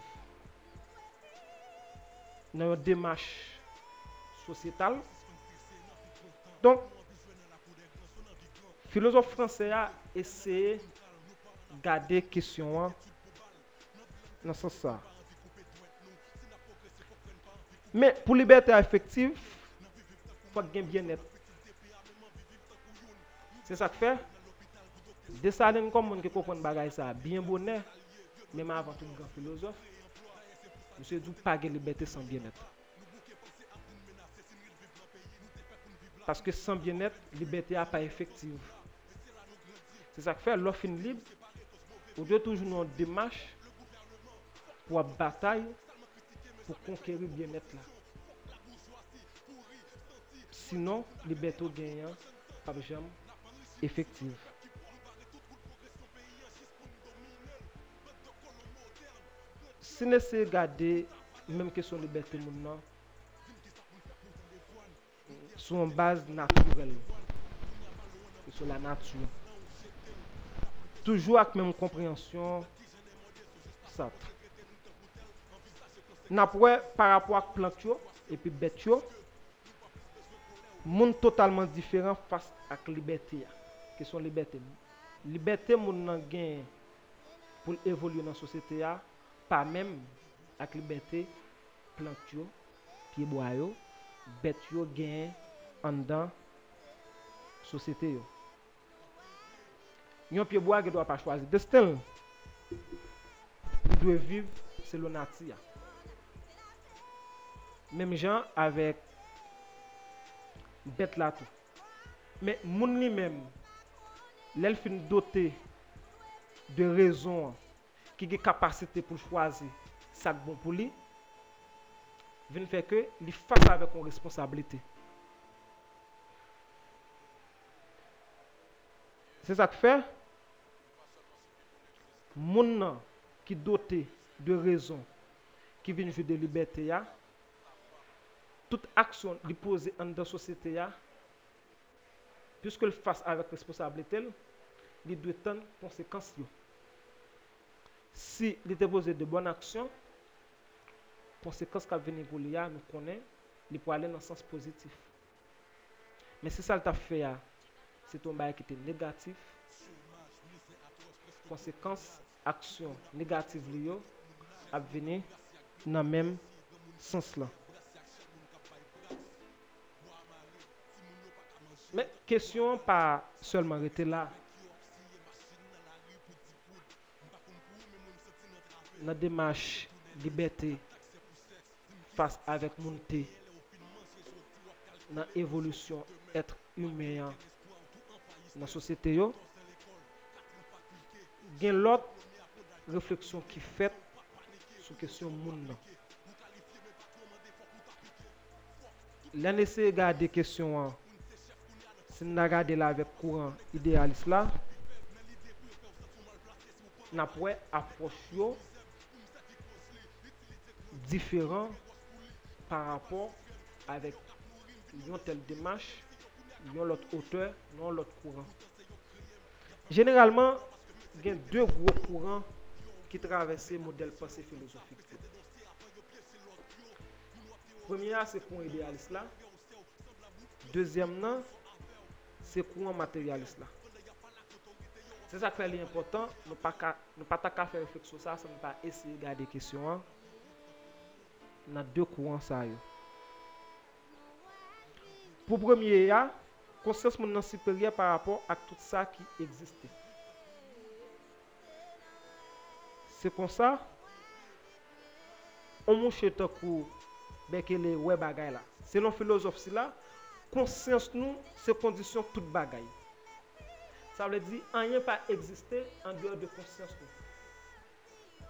Speaker 5: dans une démarche sociétale. Donc philosophe français a essayé garder question dans ce sens. Mais pour liberté affective, il faut qu'il y ait bien-être. C'est ça que fait. Dessalines comme on qui comprend bagay ça, bien bonheur, même avant tout grand philosophe, monsieur dit pas de liberté sans bien-être. Parce que sans bien-être, liberté n'est pas effective. C'est ça que fait l'offre libre, on doit toujours une démarche pour une bataille pour conquérir le bien-être là. Sinon, liberté gagnant, pas jamais effective. Si nous essayons de regarder même question de liberté maintenant, sur une base naturelle, sur la nature, toujours avec la même compréhension, ça. N'après par rapport à plantes et puis bêtes, monde totalement différent face à la liberté. Question liberté. Liberté moun nan gen pour évoluer dans la société pas même avec liberté plantes yo, pied bois yo, bêtes yo gen en dedans société yo. Yon pied bois qui doit pas choisir destin. Il doit vivre selon nature. Même gens avec bête là tout. Mais moun li même l'el fin doté de raison qui a capacité pour choisir ça bon pour lui vient faire que il face avec une responsabilité. C'est ça que fait moun qui doté de raison qui vient jouer de liberté ya, toute action li pose en dans société ya, puisque le face avec responsabilité, il doit prendre conséquences. Si il dépose de bonnes actions, conséquences qui viennent pour lui, nous connaissons, il peut aller dans le sens positif. Mais si ça le t'a fait, ah, c'est un bail qui était négatif. Conséquence, action négative li yo a venir dans le même sens là. Mais question pas seulement rester là. Dans la démarche liberté face avec montée dans l'évolution être humain dans la société yo, gen l'autre réflexion qui fait sur question monde. Là essaie de garder question si nous regarder là avec courant idéaliste là, n'a pas approche yo différent par rapport avec une telle démarche, une l'autre auteur, non l'autre courant. Généralement, il y a deux gros courants qui traversent le modèle pensée philosophique. Premier, c'est le courant idéaliste là. Deuxième, c'est le courant matérialiste là. C'est ça qui est important. Nous ne pas ta faire réflexion ça, ça ne pas essayer de garder des questions dans deux courants ça. Pour premier, il y a conscience mon supérieur par rapport à tout ça qui existait. C'est comme ça, on mouche tant que les web bagay là. Selon philosophe si là, conscience nous, c'est condition toute bagay. Ça veut dire rien pas exister en dehors de conscience nous.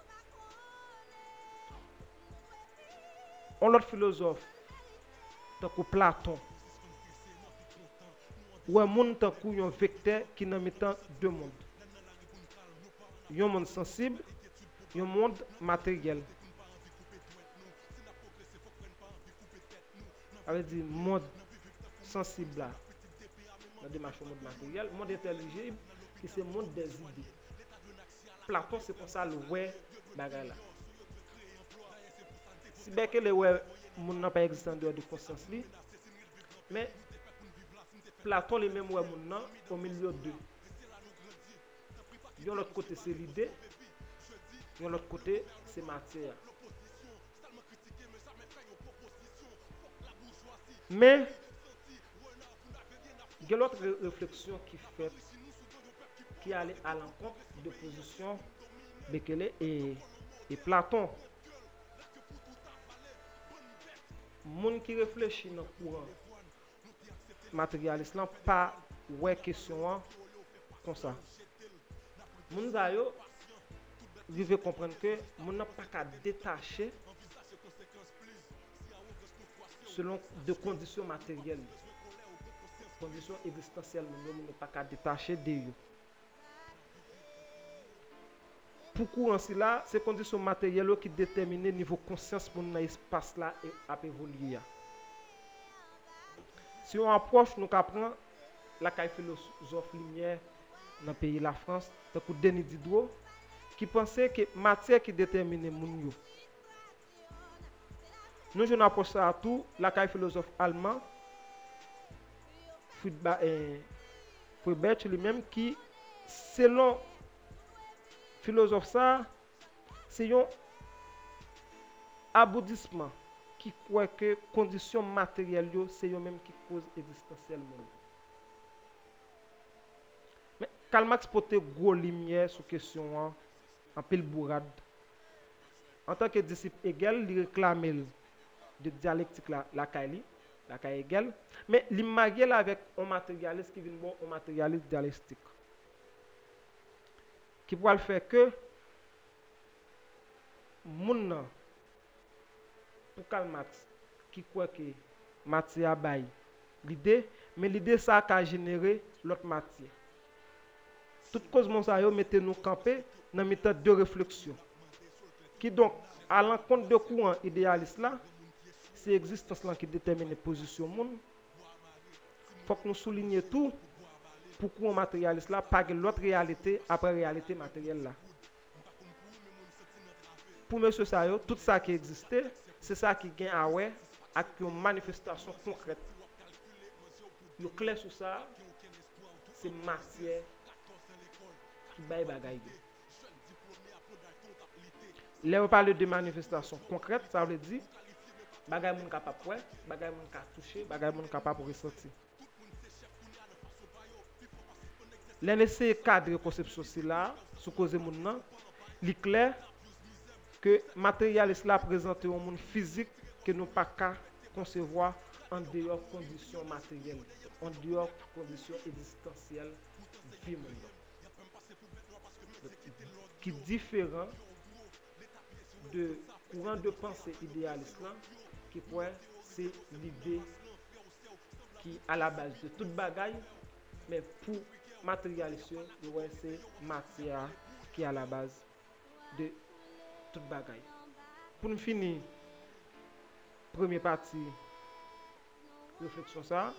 Speaker 5: On l'autre philosophe, tant que Platon, ou un monde tant que un vecteur qui n'a mettant deux mondes. Un monde sensible, un monde matériel. Ça veut dire monde sensible là, la démarche monde matériel, monde intelligible, qui c'est monde des idées. Platon c'est pour ça le ouais bagay là. Si bien que le ouais monde n'a pas existé en dehors de conscience li, mais Platon les mêmes ouais monde au milieu de deux. De l'autre côté c'est l'idée, de l'autre côté c'est matière. Mais il y a l'autre réflexion qui fait, qui allait à l'encontre de position Bekele et, et Platon. Moun qui réfléchit dans le courant matérialiste, là, pas ouais question comme ça. Moun zayo, vous devez comprendre que moun n'a pas qu'à détacher selon de conditions matérielles. Conditions existentielles, nous ne pas qu'à détacher de eux. Pourquoi ainsi là, ces conditions matérielles qui déterminent le niveau de conscience pour nous espace là et à évoluer. Si on approche, nous apprenons la caille philosophe lumière dans le pays de la France, tant que Denis Diderot, qui pensait que matière qui détermine moun yo. Nous je n'approche ça à tout, la caille philosophe allemand, Feuerbach lui-même qui, selon philosophe ça, c'est un aboutissement qui croit que conditions matérielles c'est eux même qui cause existentiellement. Mais Karl Marx porte gros lumière sur question en pile bourrade. En tant que disciple Hegel, il réclame de dialectique la la Kaili, la Kaili Hegel, mais il marie avec un matérialiste qui vient bon un matérialiste dialectique. Qui pourra le faire que moun pour Karl Marx qui croit que matière bail l'idée mais l'idée ça a généré l'autre matière. Toute cause mon ça yo mettez nous camper dans méthode de réflexion qui donc à l'encontre de courant idéaliste là c'est existence là qui détermine position monde. Faut que nous souligner tout pour courant matérialiste là pas l'autre réalité après réalité matérielle là. Pour monsieur Sayo, tout ça qui existait, c'est ça qui gagne à ouais avec une manifestation concrète. yo clair sur ça, c'est matière qui baille bagaille. Là on parle de manifestations concrètes, ça veut dire bagay moun capable ouais, bagay moun ka toucher, bagay moun capable ressentir. Là laisser cadre conception ci là, sous cause moun nan, li clair que matérialiste là présente un monde physique que nous pas qu'à concevoir en dehors conditions matérielles, en dehors conditions existentielles vie monde. Qui est différent de courant de pensée idéaliste là, qui pourrait c'est l'idée qui à la base de toute bagaille, mais pour matérialiste, ouais, c'est matière qui est à la base de toute bagaille. Pour nous finir, première partie réflexion ça,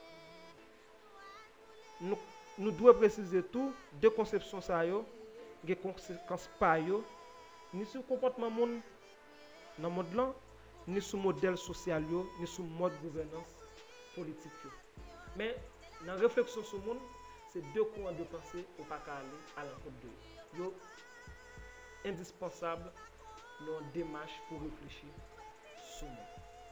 Speaker 5: nous nous devons préciser tout deux conceptions ça yo, des conséquences pas yo, ni sur comportement monde dans le monde là, ni sur modèle social yo, ni sur mode gouvernance politique yo. Mais dans réflexion sur le monde, c'est deux courants de pensée au pas aller à l'encontre de yo. Indispensable dans une démarche pour réfléchir sur le monde.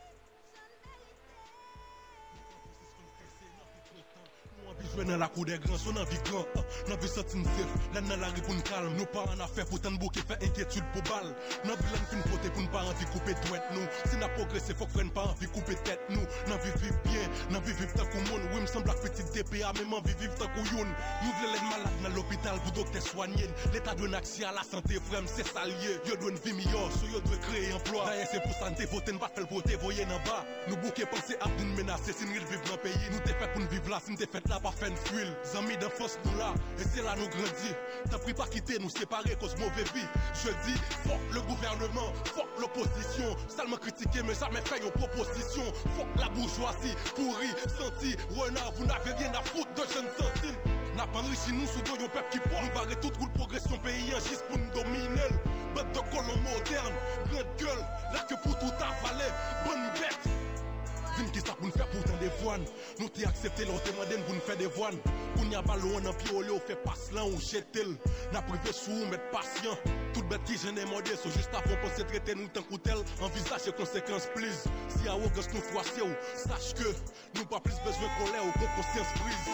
Speaker 1: Jouer dans la cour des grands, son envie grand, n'a vu sentir une safe, là dans la rue pour nous calme, nous pas en affaire pour tant de bouquet, fait inquiétude pour balle, n'a vu l'en fin côté pour nous pas envie couper douette nous, si n'a progressé faut que pas envie couper tête nous, n'a vu vivre bien, n'a vu vivre tant qu'on monde, oui me semble la petite D P A, même envie vivre tant qu'on youn, nous voulons les malades dans l'hôpital pour docteur soigner, l'état doit accès à la santé frère, c'est ça lié, yo doit une vie meilleure, so yo doit créer emploi, d'ailleurs c'est pour santé, voter pas faire voter, voyer en bas, nous bouquet penser à nous menacer, si nous vivre dans le pays, nous t'es fait pour nous vivre là, si nous t'es fait là pas faire une fuite, amis d'enfance nous là, et c'est là nous grandis. T'as pris pas quitter, nous séparer cause mauvais vie. Je dis, fuck le gouvernement, fuck l'opposition. Seulement critiquer, mais jamais faire une proposition. Fuck la bourgeoisie, pourri, senti, renard, vous n'avez rien à foutre de jeunes centimes. N'a pas enrichi nous sous un peuple qui prend. Nous barrer toute route progression pays en juste pour nous dominer. Bête de colons modernes, grande gueule, là que pour tout avaler, bonne bête. Qui ça pour nous faire pourtant des voines. Nous t'y accepté l'on te demandé pour nous faire des voines. Pour n'y a pas l'eau en pied au lait, on fait passe là ou jeter. N'a privé sous mettre patient. Toute bête qui j'en ai demandé, c'est juste avant penser traiter nous tant qu'outel. Envisage les conséquences, please. Si à August nous froissé ou, sache que nous pas plus besoin qu'on l'ait ou qu'on conscience prise.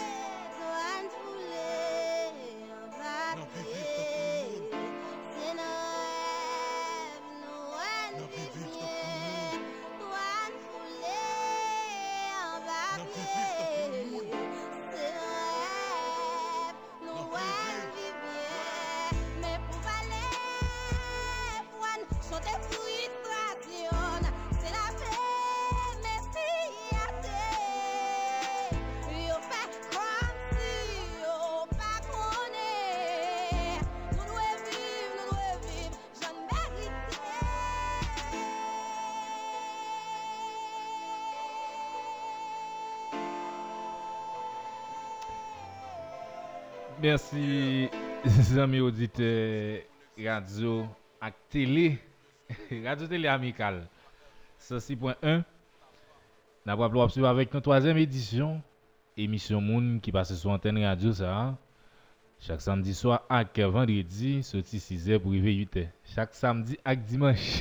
Speaker 3: Merci, amis auditeurs radio et télé, radio télé amicale. cent six point un. Nous avons suivre avec notre troisième édition, émission Moun qui passe sur antenne radio ça. Chaque samedi soir et vendredi, sorti six heures pour arriver huit heures. Chaque samedi et dimanche.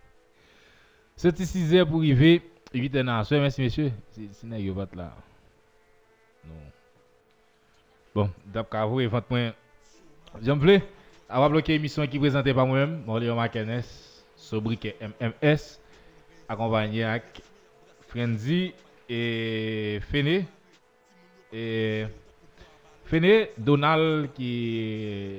Speaker 3: Sorti six heures pour arriver huit heures dans la soirée. Merci messieurs. C'est n'est pas là. Non. Bon, d'après vous, vingt points. J'aime plus. On va bloquer l'émission qui est présentée par moi-même, Moléon Makenes, sobriquet M M S, accompagné avec Frenzy et Fene. Et Fene, Donald qui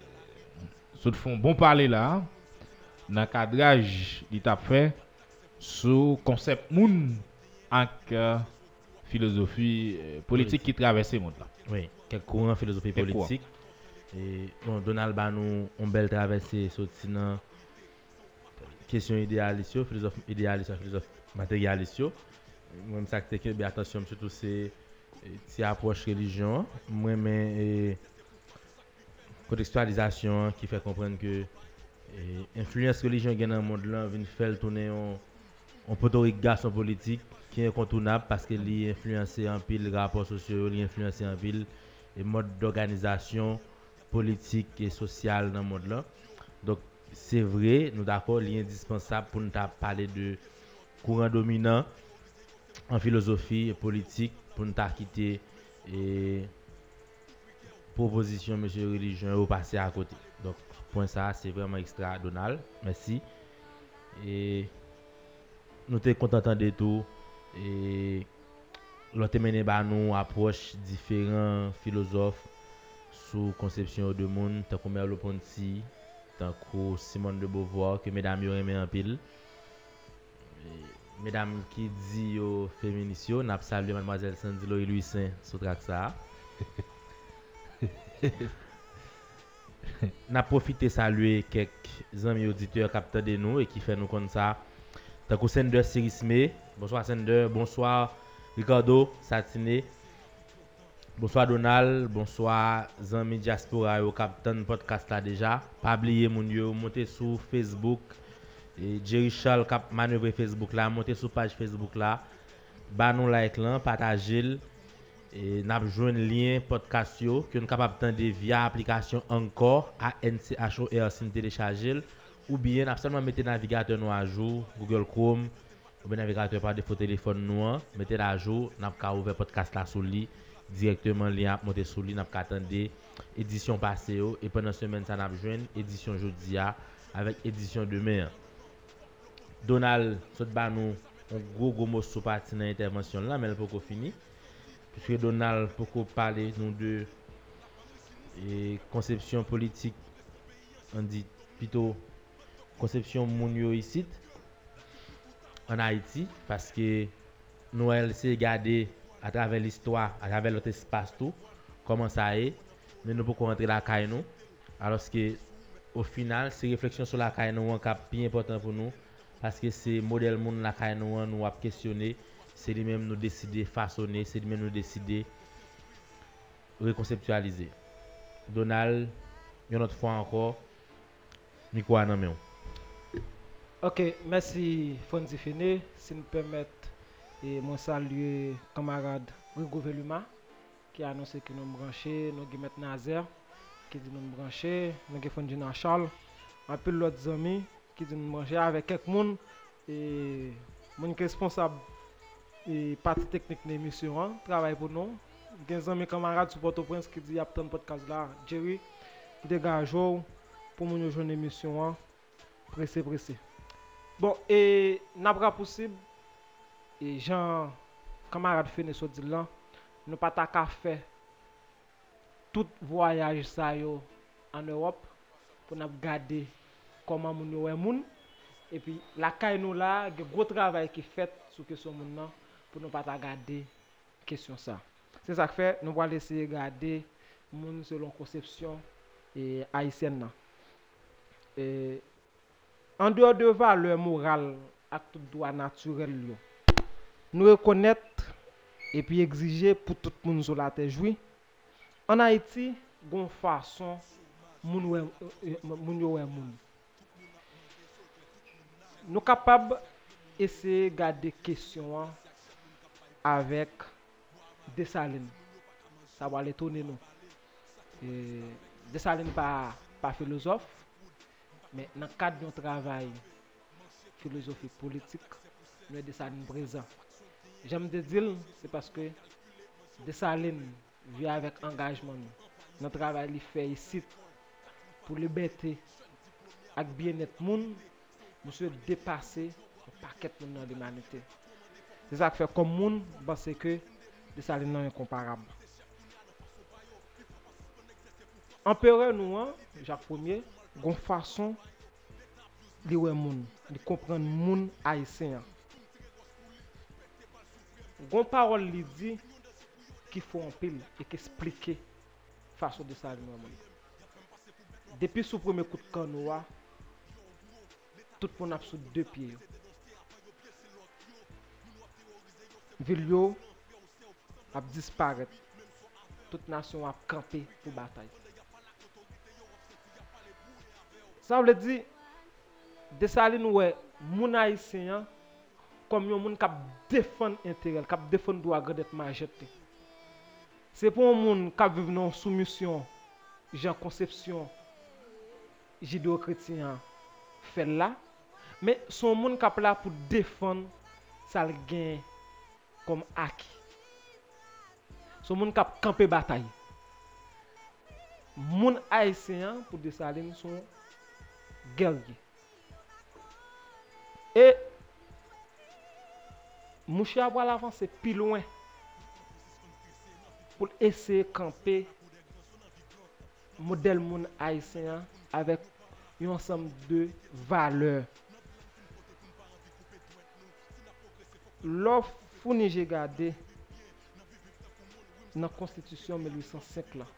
Speaker 3: se font bon parler là, dans le cadrage qu'il a fait sur le concept Moun avec euh, philosophie euh, politique qui traverse le monde là.
Speaker 4: Oui, quelques courants philosophie
Speaker 3: Quel
Speaker 4: politique. Et bon, Donald Banou, on belle traversée sorti dans question idéaliste, philosophe idéaliste, philosophe matérialiste. Moi, ça que que attention surtout c'est c'est approche religion. Moi, mais contextualisation qui fait comprendre que influence religion dans le monde là vient faire tourner en un potorique garçon politique qui est incontournable parce qu'il a influencé un pile les rapports sociaux, il a influencé un pile les modes d'organisation politique et sociale dans le monde là. Donc c'est vrai, nous d'accord, il est indispensable pour nous parler de courant dominant en philosophie et politique pour nous quitter et proposition monsieur religion au passer à côté. Donc point ça c'est vraiment extra Donald. Merci. Et nous sommes contents de tout et l'autre mené ba nous approche différents philosophes sous conception de monde tant comme Merleau-Ponty, tant que Simone de Beauvoir que mesdames yo aimé en pile. Et mesdames qui dit au féministe yo n'a salué mademoiselle Sandy Loï Louis Saint sur track ça. N'a profité saluer quelques amis auditeurs capteurs de nous et qui fait nous comme ça. Tant que Sender Sirisme, bonsoir Sender, bonsoir Ricardo Satiné, bonsoir Donald, bonsoir Zami Diaspora au Captain Podcast là déjà. Pas oublier mon yo, montez sur Facebook et Jerry Charles cap manœuvre Facebook là, montez sur page Facebook là. Ba nous like là, partagez et n'a besoin lien podcast yo que nous capable tendre via application encore A N C H O R si télécharger ou bien absolument mettez navigateur nous à jour Google Chrome ou bien navigateur par défaut téléphone nous mettez à jour n'a pas ouvert podcast là sur lui directement lien monter sur lui n'a pas attendre édition passée et pendant semaine ça n'a besoin édition jeudi avec édition demain. Donald saute ba nous un gros gros mot sur partie dans intervention là mais elle pas fini puisque Donald pour parler nous de et conception politique on dit plutôt conception mounio ici en Haïti parce que Noël c'est regarder à travers l'histoire à travers notre espace tout comment ça est mais nous pouvons rentrer la caille nous alors que au final c'est réflexion sur la caille nous qui est bien important pour nous parce que c'est modèle monde la caille nous nous a questionner c'est lui même nous décider façonner c'est lui même nous décider reconceptualiser. Donald une autre fois encore micro à main.
Speaker 5: Ok, merci Fonzi Fene. Si nous permettez, et moi saluer camarade Rigo Veluma qui a annoncé que nous branchés, nous avons maintenant Nazer qui dit nous brancher, nous avons Fondina Charles, un peu l'autre amis qui dit nous brancher avec quelqu'un et mon responsable et partie technique de l'émission travaille pour nous. Des amis camarades sur Port-au-Prince qui dit y a tant de podcast là, Jerry dégage pour nous joindre l'émission pressé pressé. Bon et n'a pas possible et Jean camarade Fene so dit là, nous pas ta ka faire tout voyage ça yo en Europe pour nous garder comment moun yo wè moun et puis la kay nous là, il y a gros travail qui fait sur question moun nan pour nous pas ta garder question ça. C'est ça que fait nous allons essayer de garder moun selon conception et haïtienne nan. Et en dehors de valeur morale et tout droit naturel yo, nous reconnaître et puis exiger pour tout le monde sur la terre jouir. En Haïti, gon façon moun wè moun yo wè moun. Nous capables essayer garder question avec Dessalines. Ça va l'étonner nous. Et Dessalines pas pas philosophe mais dans le cadre de notre travail philosophique politique, nous avons Dessalines présent. J'aime te dire, c'est parce que Dessalines vient avec engagement. Notre travail il fait ici pour liberté et bien-être monde, monsieur dépasser un paquet de monde dans l'humanité. C'est ça qui fait comme monde parce que Dessalines est incomparable. Empereur nous, Jacques Ier, gon façon de wè moun, de comprendre moun haïtien. Gon parole li dit qu'il faut en pile et qu'expliquer façon de ça moun. Depuis sous premier coup de canoa, tout le monde a sous deux pieds. Ville yo a disparaître. Toute nation a campé pour bataille. Ça veut dire Dessalines ouais moun haïtien comme un monde qui défend intérêt, qui défend droit d'être majorité. C'est pour un monde qui vit dans soumission, Jean conception judéo-chrétien fait là, mais son monde qui est là pour défendre ça le gain comme acquis. Son monde qui a campé bataille. Moun haïtien pour Dessalines sont guerriers. Et Mouché a avancer plus loin pour essayer de camper modèle moun haïtien avec un ensemble de valeurs. L'offre fourni j'ai gardé dans la Constitution mille huit cent cinq là.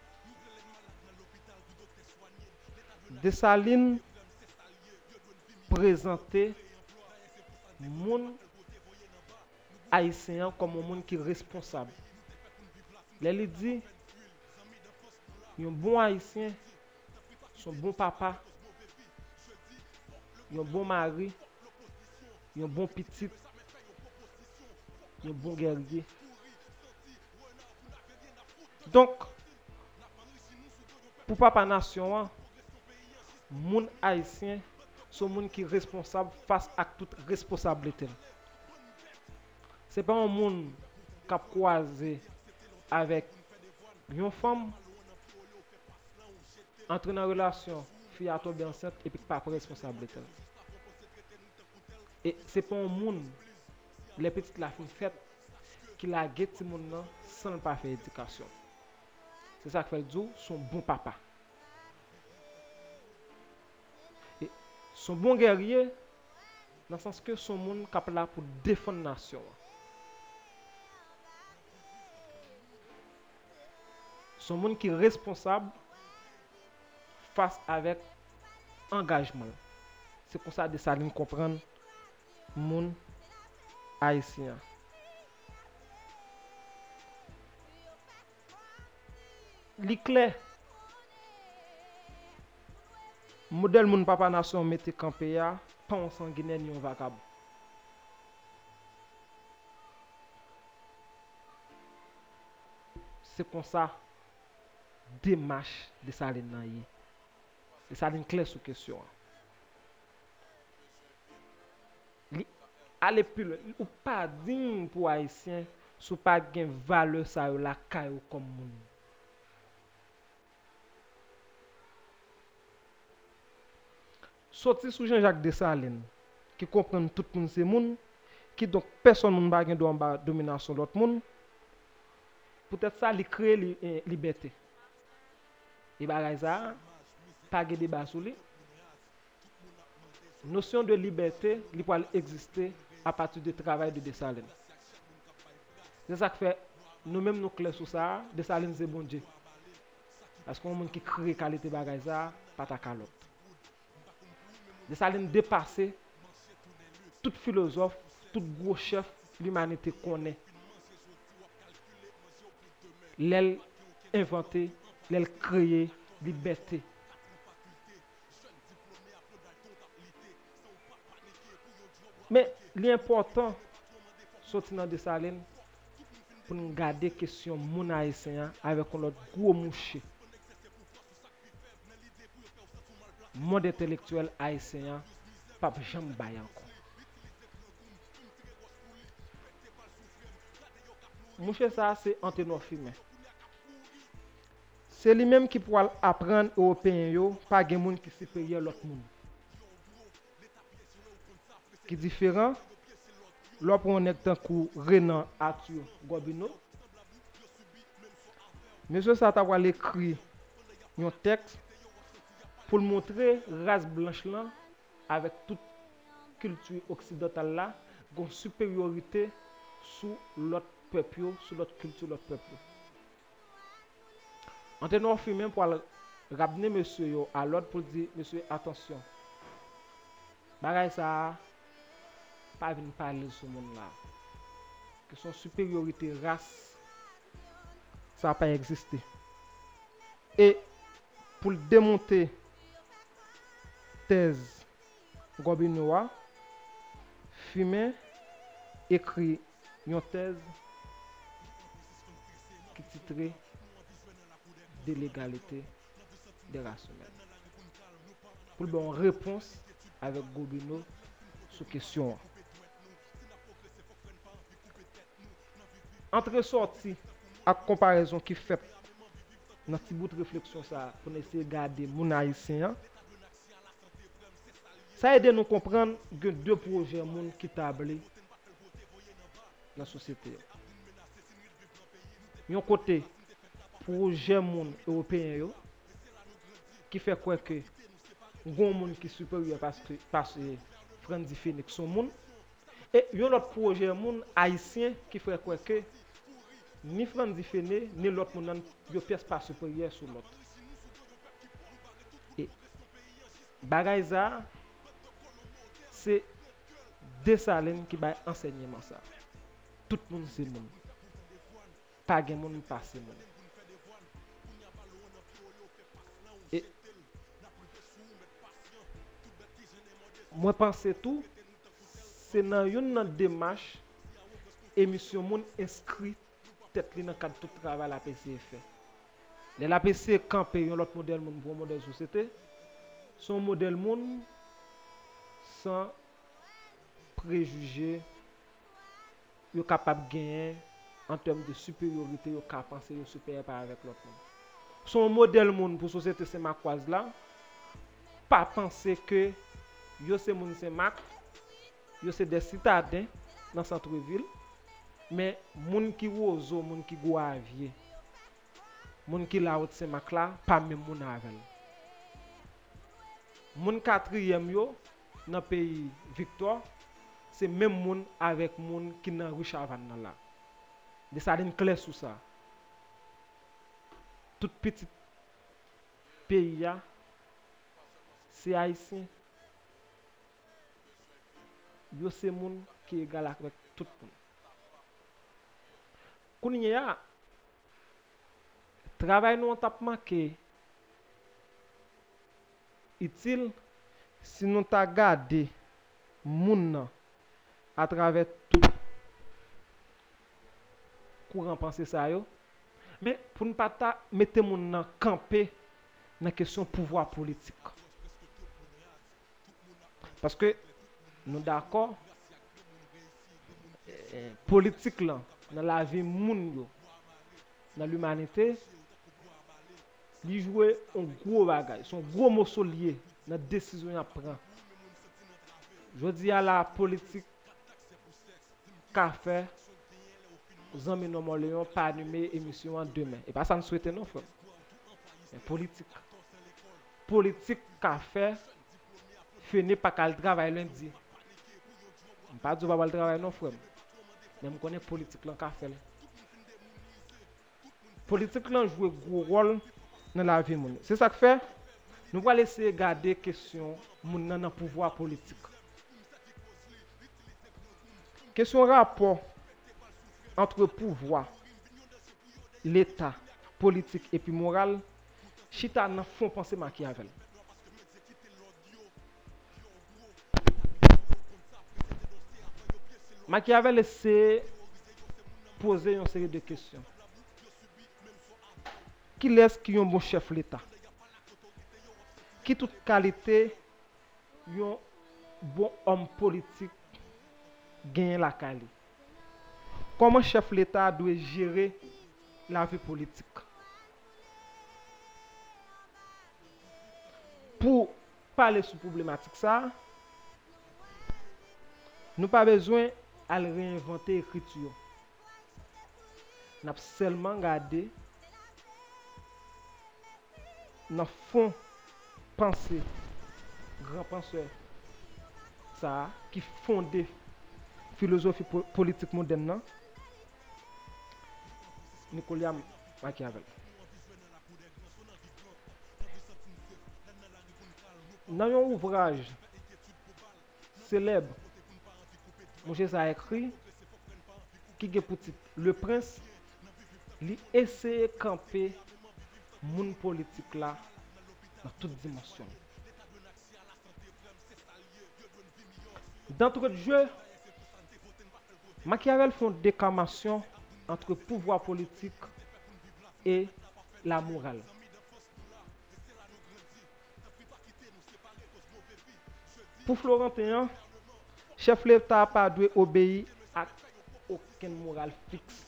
Speaker 5: Dessalines présentait moun haïtien comme un monde qui est responsable. Il dit un bon haïtien, son bon papa, un bon mari, un bon petit, un bon guerrier. Donc, pour papa nation, moun haïtien, son monde qui est responsable face à toute responsabilité. C'est pas un monde qui a croisé avec une femme, entre en relation, fille à tomber enceinte et puis pas responsabilité. Et c'est pas un monde, les petites la fin fête, qui la guette ce monde sans ne pas faire éducation. C'est ça qui fait dire son bon papa. Et son bon guerrier, dans le sens que son monde est là pour défendre la nation. Son monde qui est responsable face avec engagement. C'est pour ça que Dessalines comprend monde haïtien. L'éclair modèle moun papa nation mette campé ya pas en sanguinaire ni en vagabond. C'est comme ça démarche de Dessalines nan yi. Dessalines clair sur question. Li aller plus loin ou pas digne pour haïtien sous pas gen valeur ça yo la caillou comme moun. Sorti sous Jean-Jacques Dessalines qui comprend tout le monde c'est moun qui donc personne moun ba gen do en bas domination l'autre moun. Peut-être ça li créer li, eh, liberté. Et bagay ça pas gen débat sur li. Notion de liberté li peut exister à partir du travail de Dessalines. C'est ça qui fait nous même nous clair sur ça, Dessalines c'est bon Dieu. Parce qu'on monde qui crée qualité bagay ça pas ta calotte. Dessalines dépassé tout philosophe, tout gros chef l'humanité connaît. L'aile inventé, l'aile créé liberté. Mais l'important sorti dans Dessalines pour nous garder question moun haïtien avec notre gros mouché. Monde intellectuel haïtien pas jamais bay encore. Mouché ça c'est Antenor Firmin. C'est lui-même qui pourra apprendre aux Européens yo pas gen moun qui supérieur l'autre monde. Qui différent l'autre on est tant coup Renan Arthur Gobineau. Monsieur ça t'a écrit un texte pour montrer race blanche là avec toute culture occidentale là une supériorité sur l'autre peuple, sur l'autre culture, l'autre peuple. Antenor Firmin pour ramener monsieur yo à l'ordre pour dire monsieur attention. Bagay ça pas venir parler sur monde là. Que son supériorité race ça n'a pas existé. Et pour démonter thèse Gobineau, Firmin écrit une thèse qui titrée de l'égalité des races humaines. Pour le bon réponse avec Gobineau sur question. Entre sorti à comparaison qui fait dans petit bout de réflexion ça pour essayer de garder mon haïtien. Ça aide nous comprendre que deux projets moun qui tablé dans la société. Yon côté projet moun européen yo qui fait quoi que gon moun qui supérieur parce que parce que Franzi Phoenix son moun et yon l'autre projet moun haïtien qui fait quoi que ni Franzi Phoenix ni l'autre moun yo pièce pas supérieur sur l'autre. Et bagay ça c'est Dessalines qui va enseignement ça. Tout le monde c'est moun. Pas gen moun passe moun. Et moi pense tout c'est dans une démarche émission moun inscrit tête li dans cadre tout travail la P C fait. Les la P C campé yon l'autre modèle moun pour modèle société. Son modèle moun sans préjugés yo capable gagner en termes de supériorité yo capable penser yo supérieur par avec l'autre monde. Son modèle monde pour société c'est maquoise là pas penser que yo c'est moun c'est mac yo c'est des citadins dans centre-ville mais moun qui rozo moun qui goavier moun qui la haute c'est mac là pas même moun avec moun quatrième yo dans pays Victoire c'est même moun avec moun qui dans rue Chavannes là de ça une clair sur ça tout petit pays là c'est haïtien yo c'est moun qui égal avec tout monde kounya travail nous on t'a manqué utile si nous t'a gardé moun nan à travers tout courant penser ça yo mais pour ne pas ta mettre moun nan camper dans question pouvoir politique parce que nous d'accord eh, politique là dans la vie moun yo dans l'humanité li jouer un gros bagage son gros morceau lié dans décision y prend. Je dis à la politique qu'a fait Zami non Léon pas animer émission en demain et pas ça nous souhaiter non frère. Mais politique politique qu'a fait finir pas qu'à travail lundi. Pas du pas travail non frère. Mais me connais politique là qu'a fait. Politique là joue gros rôle dans la vie moun. C'est ça que fait nous allons essayer de garder question moun nan pouvoir politique. Question rapport entre pouvoir, l'État, politique et puis moral, chita nan font penser Machiavel. Machiavel essaie poser une série de questions. Qui laisse qui un bon chef l'État? Qui toute qualité un bon homme politique gagne la qualité? Comment chef l'État doit gérer la vie politique? Pour parler sur problématique ça, nous pas besoin de réinventer l'écriture. Nous avons seulement regardé dans le fond pensée grand penseur ça qui fondait philosophie po politique moderne Nicolas Machiavel. Dans un ouvrage célèbre Monsieur ça a écrit qui est pour titre Le Prince, il essaie de camper moun politique là dans toute dimension. D'entre autres jeux, Machiavel fait une déclamation entre pouvoir politique et la morale. Pour Florentin, chef l'État pas dû obéir à aucune morale fixe.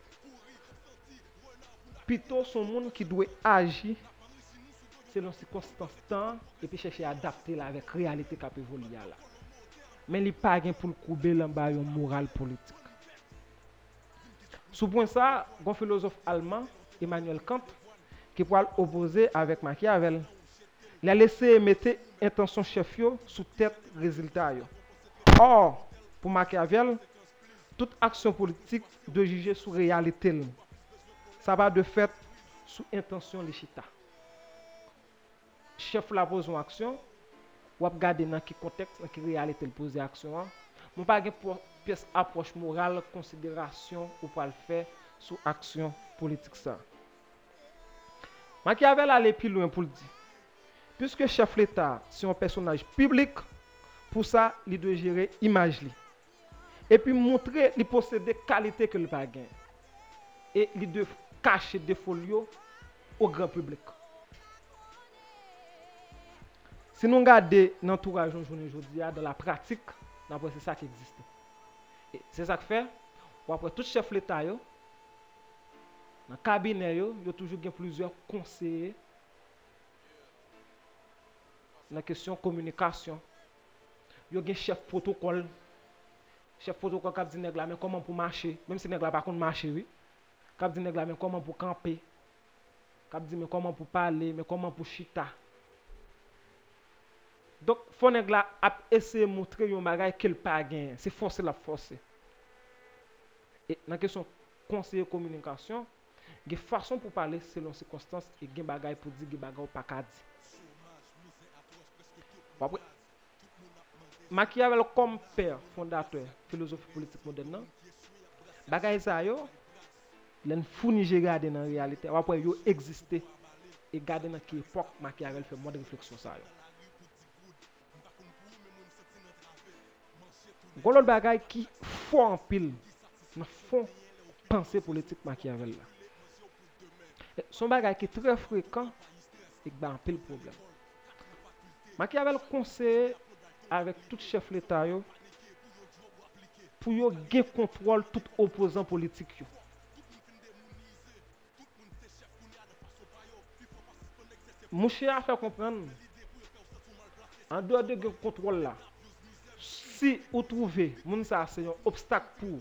Speaker 5: Plutôt son monde qui doit agir selon les circonstances temps et puis chercher à adapter là avec la réalité qui a évolué là. Mais il n'y a pas pour le couper l'en une morale politique. Sous point ça, un philosophe allemand, Emmanuel Kant, qui pourra opposer avec Machiavel, il a laissé mettre intention chef yo sous tête résultat yo. Or, pour Machiavel, toute action politique doit juger sous réalité. Ça va de fait sous intention légitime. Chef la pose une action, ou regarder dans quel contexte, dans quelle réalité il pose l'action. Mon pas une pièce approche morale, considération ou pas le faire sous action politique ça. Machiavel allait plus loin pour le dire. Puisque chef l'État, c'est un personnage public, pour ça, il doit gérer l'image. Et puis montrer qu'il possède des qualités que le pas gain. Et il doit cacher des folios au grand public. Si nous regardons l'entourage aujourd'hui, dans la pratique, c'est ça qui existe. Et c'est ça que fait, après tout chef l'État, dans le cabinet, il y a toujours plusieurs conseillers dans la question de communication. Il y a un chef protocole. Chef protocole qui dit mais comment pour marcher, même si nègla pas contre marcher, oui. Qui dit mais comment pour camper. Qui dit mais comment pour parler, mais comment pour chita. Donc, il faut essayer de montrer un bagage qu'il pas gagné. C'est forcer la force. Et dans la question conseiller communication, il y a une façon pour parler selon les circonstances et il y a un bagage pour dire qu'il y a un bagage pas qu'à dire. Machiavel comme père fondateur philosophie politique moderne, bagage ça yo, l'en fourni j'ai gardé dans la réalité. Après yo existé et garder dans quelle époque Machiavel fait mode réflexion ça yo. Gon l'autre bagay qui fort en pile dans fond pensée politique Machiavel là. Son bagay qui est très fréquent et qui a un pile problème. Machiavel conseille avec tout chef l'État yo pour yo gagner contrôle tout opposant politique yo. Mouché a fait comprendre en dehors de contrôle là. Si vous trouvez moun ça c'est un obstacle pour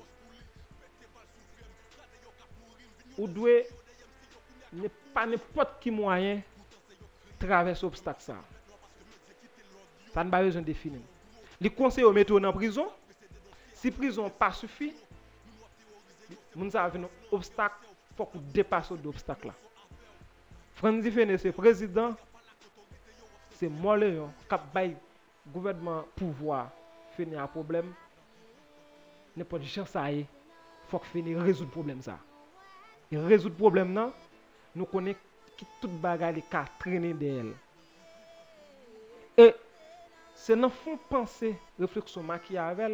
Speaker 5: ou doit ne pas n'importe qui moyen traverser obstacle ça. Ça n'a pas besoin de définir. Les conseils au mettre en prison. Si prison pas suffit, moun ça a un obstacle faut qu'on dépasse l'obstacle là. Franzi Fene c'est président, c'est Moléon qui bail gouvernement pouvoir finir un problème. N'importe gens ça y faut que finir résoudre problème ça. Et résoudre problème là, nous connaissons qui toute bagarre les cas traîner d'elle. Et c'est dans fond penser réflexion Machiavel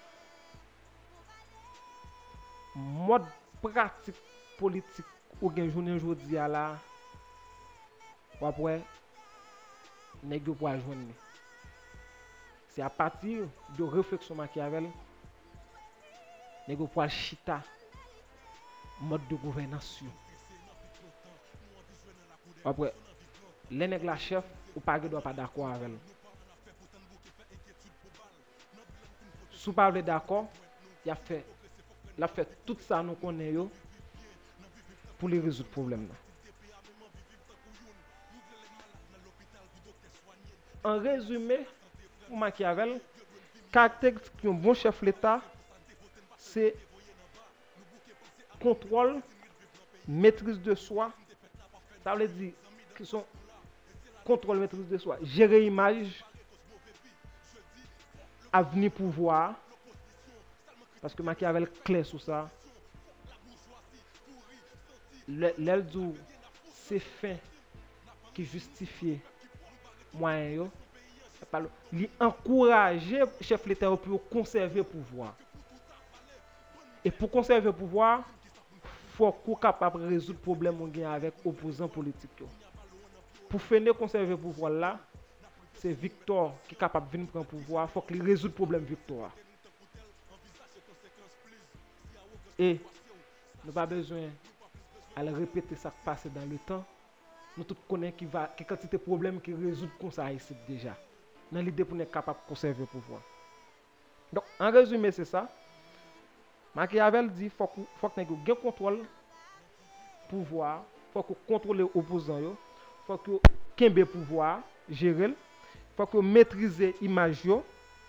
Speaker 5: mode pratique politique ou gen journée aujourd'hui là ou après nèg yo pour joindre. C'est à partir de réflexion Machiavel nèg yo pour chita mode de gouvernance. Après les nèg la chef ou pas doit pas d'accord avec elle. Si vous parlez d'accord, il a fait la fait tout ça nous connaissons pour les résoudre problème là. En résumé, pour Machiavel, caractéristique d'un bon chef l'État, c'est contrôle, maîtrise de soi. Ça veut dire qu'ils sont contrôle, maîtrise de soi, gérer image, avenir pouvoir. Parce que Machiavel clair sur ça. L'aile du c'est fin qui justifie moyen. Il encourager chef l'État pour conserver le pouvoir. Et pour conserver le pouvoir, il faut qu'on soit capable de résoudre le problème qu'on a avec les opposants politiques. Pour finir conserver le pouvoir là, c'est Victor qui est capable de venir prendre le pouvoir. Il faut qu'il résout le problème Victor. Et nous n'avons pas besoin de répéter ça qui passe dans le temps. Nous tous connaissons qu'il va qu'il quantité de problèmes qui résout comme ça ici déjà. Dans l'idée pour être capable de conserver le pouvoir. Donc en résumé c'est ça. Machiavel dit faut que faut que nous ayons contrôle pouvoir, faut que contrôler les opposants yo, faut que kembe pouvoir, gérer, faut que maîtriser l'image yo.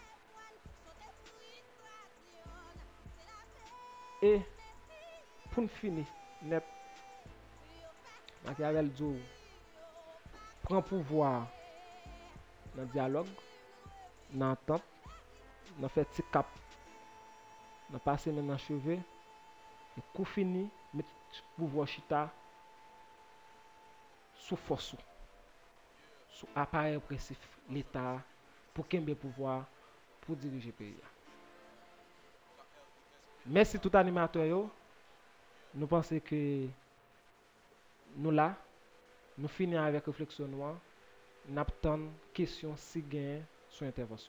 Speaker 5: Et pour nous finir net Machiavel dit prend pouvoir dans le dialogue, dans l'entente, dans fait petit cap, dans passer maintenant cheveux, et coup fini, mettre pouvoir chita sous force, sous appareil oppressif, l'État, pour qu'il ait pouvoir pour diriger le pays. Merci tout animateur. Nous pensons que nous là, nous finissons avec réflexion noire. Nous attendons question si gain sur intervention.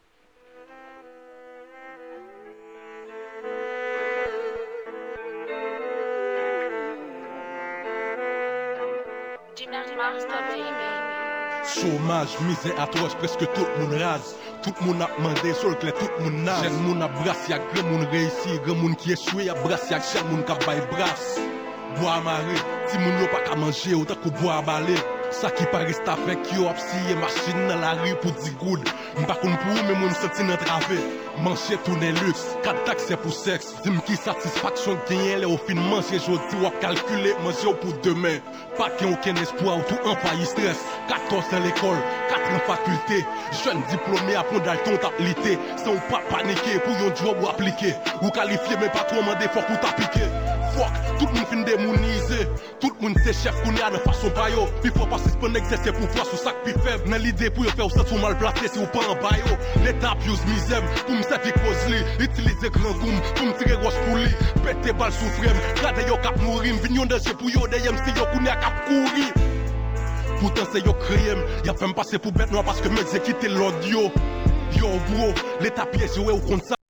Speaker 1: Chômage, misère atroce, presque tout le monde rase. Tout le monde a demandé, sur le clé, tout le monde nage. Jeune monde a brassé, grand monde réussi, grand monde qui échoue, a brassé, jeune monde qui a baillé brasse. Bois maré, si moun yo pas qu'à manger, autant que bois balé. Ça qui paraît c'est avec yo a psiller machine dans la rue pour dix good. M'pas kon pour mais moi me senti dans travé. Manger tourner luxe, quatre taxes c'est pour sexe. Dis-moi qui satisfaction gagne les au fin manger jodi ou calculer manger pour demain. Pas qu'un aucun espoir ou tout en failli stress. quatorze à l'école, quatre en faculté. Jeune diplômé à prendre le temps d'appliquer. Sans pas paniquer pour un job ou appliquer. Ou qualifier mais pas trop demander faut qu'on t'appliquer. Fuck, tout le monde fin démonisé. Tout le monde c'est chef qu'on est de façon payo. Il faut pas suspendre exercer pour voir sous sac plus faible. Dans l'idée pour faire ça tout mal placé si ou pas en bayo. L'état use misère pour me servir cause li. Utiliser grand goum pour me tirer roche pour li. Péter balle sous frame. Garder yo cap mourir. Vignon de chez pour yo derrière si yo qu'on est cap courir. Pourtant c'est yo créé. Y'a fait me passer pour bête noire parce que me quitté l'audio. Yo bro, l'état piège ou contre ça.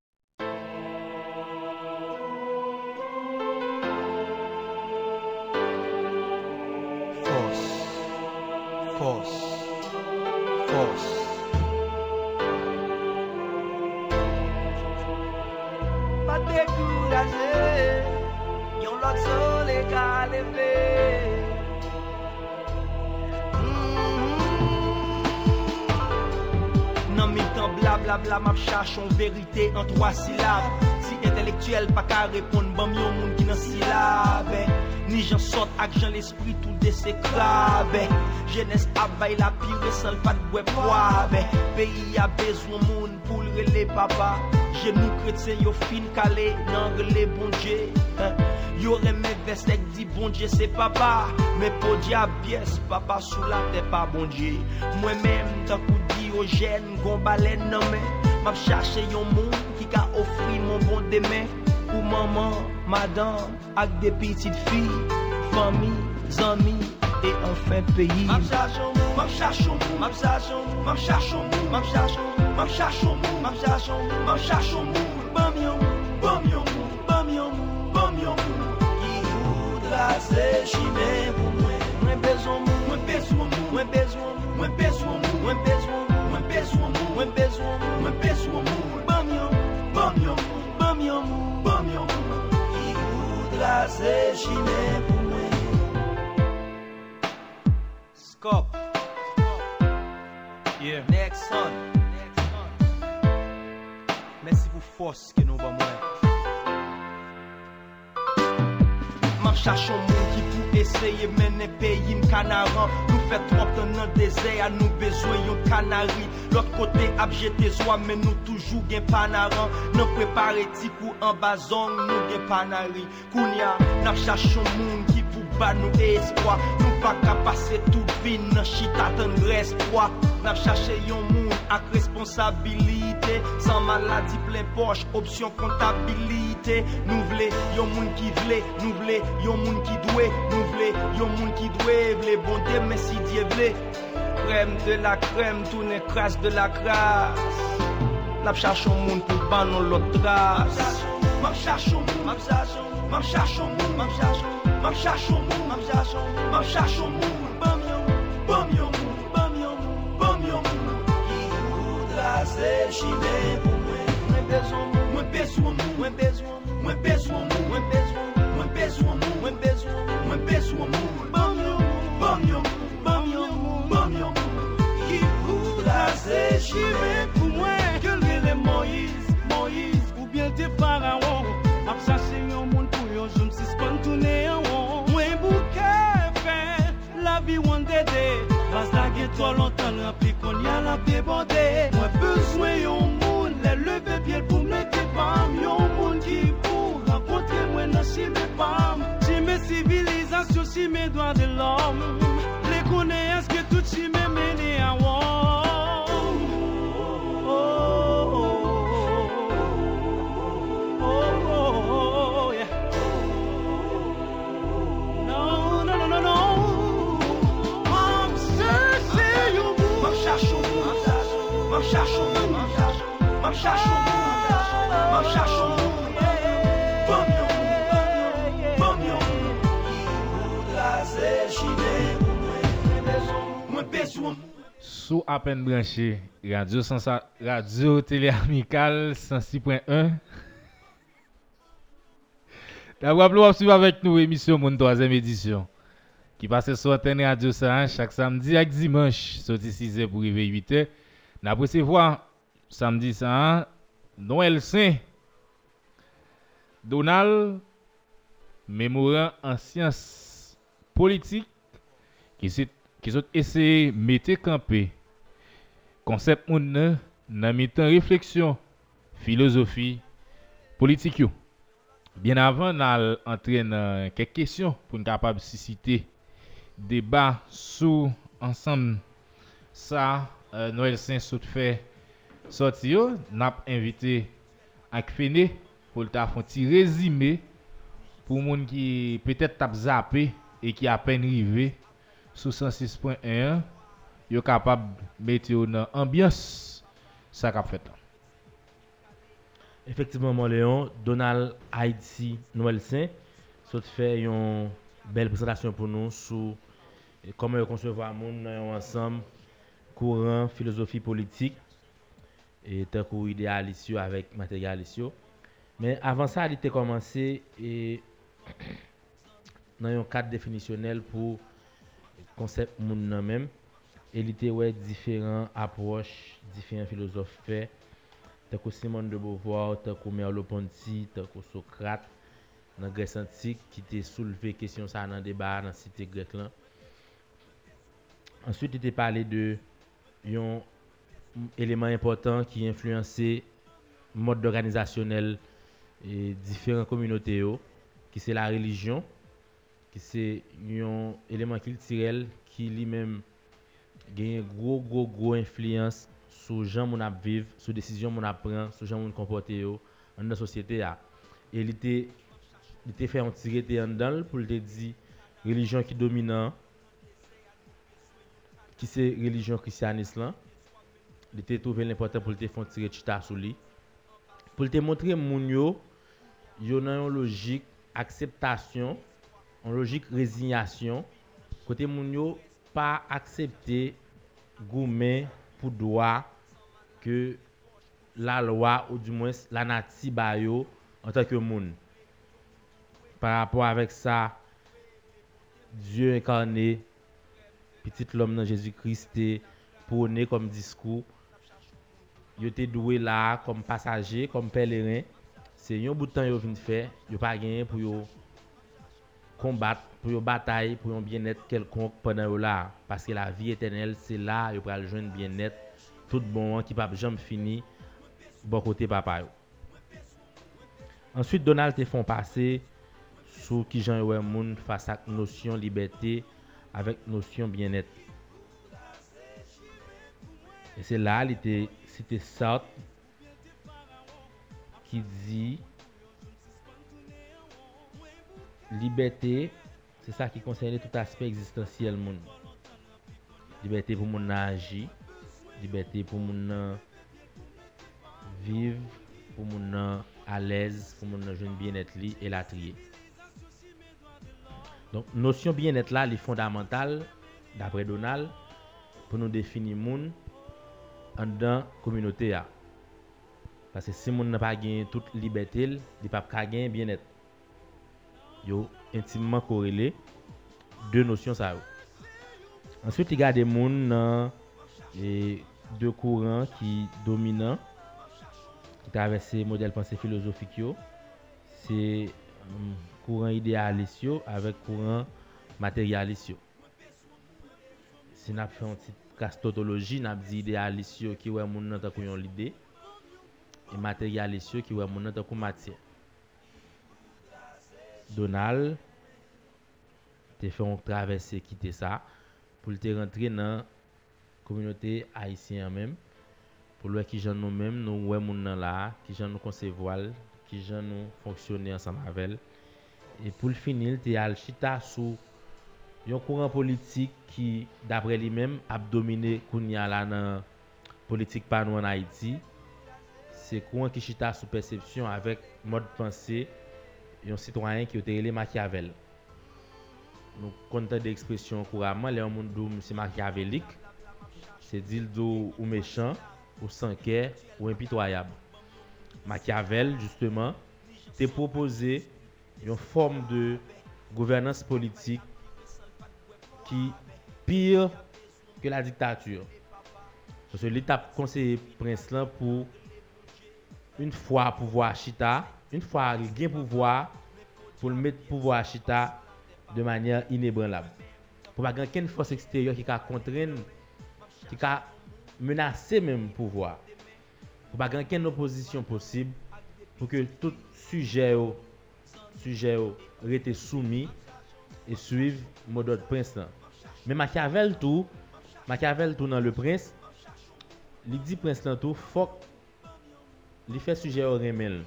Speaker 6: Force, force.
Speaker 7: Pas décourager, yon l'autre soleil qu'a levé. Non mi temps blablabla m'a cherche en vérité en trois syllabes. Si intellectuel pas qu'à répondre bon yon moun qui nan syllabe. Ni j'en sort ak j'en l'esprit tout de ses crabes. Jeunesse a bail la pire sans pas de bois poibe. Pays a besoin moun pour le relais papa. Genou chrétien yo fin calé nan relais bon Dieu. Yo remet veste ek di bon Dieu c'est papa. Mais pour diable yes papa sous la terre pas bon Dieu. Moi même tant kou Diogène gon baleine nan men. M'a chercher yon moun qui ka offrir mon bon demain. Pour maman, madame, avec des petites filles, famille, amis et enfin pays. M'a cherche un mou, m'a cherche un mou, m'a cherche un mou, m'a cherche un mou, m'a cherche un mou, m'a cherche un mou, m'a cherche un mou, m'a cherche un mou, bam yon mou, bam yon mou, bam yon mou, bam yon mou. Qui voudra s'échimer pour moi? Moi besoin mou, moi besoin mou, moi besoin mou, moi besoin mou, moi besoin mou, moi besoin mou, moi besoin mou, moi besoin mou, bam yon mou, bam yon mou, bam yon mou. Qui voudra s'échiner pour moi? Scope. Yeah. Next son. Merci pour force que nous avons. M'en cherche un monde qui pour essayer mener pays m'canaran. Nous fait trop temps dans le désert, nous besoin yon canari. L'autre côté abjeté soit mais nous toujours gen panaran. Nous préparer ti coup en bazong, nous gen panari. Kounya, n'a cherche un monde qui pour ba nous espoir. Nous pas qu'à passer toute vie dans chita tan espoir. N'a cherché yon monde ak responsabilité. Sans maladie plein poche, option comptabilité. Nous vle yon moun qui vle, nous vle yon moun qui doué, nous vle yon moun qui doué, vle bon Dieu merci Dieu vle. Crème de la crème, tourne crasse de la crasse. N'a cherche un monde pour ban non l'autre trace. M'a cherche un monde, m'a cherche, m'a cherche un monde, m'a cherche, m'a cherche un monde, m'a cherche, m'a cherche un monde. Bam yo, bam yo, bam yo, bam yo. Qui voudra se chimer pour moi? Moi besoin, moi besoin, moi besoin, moi besoin, moi besoin, moi besoin, moi besoin, moi besoin. Bam yo, bam yo, bam yo, bam yo. Qui voudra se chimer pour moi? Moïse, Moïse, ou bien des pharaons. M'a cherché un monde pour yo, je me suis spontané en haut. Moi, bouquet fait la vie one day day. Parce que trop longtemps, rempli qu'on y a la débordé. Moi, besoin d'un monde, les lever pied pour me dépam. Yon monde qui pour rencontrer moi dans si mes femmes. Si mes civilisations, si mes droits de l'homme. Les connaissances que tout si mes mené à war. M'en cherche au monde, m'en cherche au monde, m'en cherche au monde. Bam yo, bam yo. Qui voudra se chimer pour moi? Moi besoin.
Speaker 3: Sous à peine branché, radio sensa, radio télé amicale cent six point un. D'abord, vous suivre avec nous émission mon troisième édition qui passe sur antenne radio ça chaque samedi et dimanche sorti six heures pour arriver huit heures. N'a recevoir samedi ça Noël Saint Donald mémorant en sciences politiques qui s'est qui sont essayé mettre camper concept moun nan mitan réflexion philosophie politique yo. Bien avant d'entrer entrer dans quelques questions pour nous capable susciter débat sur ensemble ça Euh, Noël Saint saut fait sorti yo n'a invité Akfene pour t'a faire un petit résumé pour moun qui peut-être t'a zappé et qui a peine arrivé sur cent six point un yo capable mettre dans ambiance ça qu'a fait.
Speaker 4: Effectivement mon Léon, Donald Haïti Noël Saint saut fait une belle présentation pour nous sur comment concevoir moun ensemble courant philosophie politique et tant que idéaliste avec matérialiste. Mais avant ça, il était commencé et dans un cadre définitionnel pour concept moun même et il était ouais différentes approches, différents philosophes fait tant que Simone de Beauvoir, tant que Merleau-Ponty, tant que Socrate dans Grèce antique qui était soulevé question ça dans débat dans cité grecque là. Ensuite, il était parlé de un élément important qui influencé mode organisationnel et différentes communautés qui c'est la religion qui c'est un élément culturel qui lui-même gagne gros gros gros influence sur gens mon ap vivre sur décision mon ap prend sur gens mon comporter dans la société a et il était il était fait un tirer en dedans pour te dire religion qui dominant qui c'est religion christianisme là il était trouvé l'important pour te faire tirer chita sur lui pour te montrer moun yo yo nan une logique acceptation une logique résignation côté moun yo pas accepter gourmet pour droit que la loi ou du moins la nati ba yo en tant que moun par rapport avec ça Dieu incarné petit l'homme dans Jésus-Christ prôné comme discours yo te doué là comme passager comme pèlerin c'est un bout de temps yo vinn faire yo pas gagné pour yo combattre pour yo bataille pour un bien-être quelconque pendant yo là parce que la vie éternelle c'est là yo pral joindre bien-être tout bon qui pas jamais fini bon côté papa yo. Ensuite Donald te font passer sur qui Jean ouais moun face à notion liberté avec notion bien-être. Et c'est là, il était cité Sartre qui dit liberté, c'est ça qui concerne tout aspect existentiel monde. Liberté pour mon agir, liberté pour mon vivre, pour mon à l'aise, pour mon jeune bien-être li et la trier. Donc notion bien-être là, les fondamentales d'après Donald pour nous définir moun en dans communauté a. Parce que si moun n'a pas gagné toute liberté, il pas ka gagner bien-être. Yo intimement corrélé deux notions ça. Ensuite, il y a des moun dans et deux courants qui dominants qui traversent le modèle pensée philosophique yo. C'est um, courant idéaliste yo avec courant matérialiste yo. Si n'a fait une petite castotologie, n'a dit idéaliste yo qui ouais moun nan tant yon l'idée et matérialiste yo qui ouais moun nan tant matière. Donald te fait un traversée quitter ça pour te rentrer dans la communauté haïtienne même pour voir qui gens nous même nous ouais moun nan là qui gens nous concevoir qui gens nous fonctionner ensemble avec et pour le finir te al chita sous un courant politique qui d'après lui-même a dominé kounya là dans politique pa nou en Haïti. C'est courant qui chita sous perception avec mode pensée un citoyen qui était relé Machiavel. Nous comptons d'expression couramment les gens dou c'est machiavélique, c'est dildo ou méchant ou sans cœur ou impitoyable. Machiavel justement t'a proposé une forme de gouvernance politique qui pire que la dictature. Parce que l'État conseillé prince là pour une fois pouvoir chita, une fois il gain pouvoir pour le mettre pouvoir chita de manière inébranlable. Pour pas aucune force extérieure qui a contraindre qui a menacé même pouvoir. Pour pas aucune opposition possible pour que tout sujet au sujet au reste soumis et suivre mode de prince là. Mais Machiavel tout Machiavel tout dans le prince, il dit prince là tout faut il fait sujet au remel.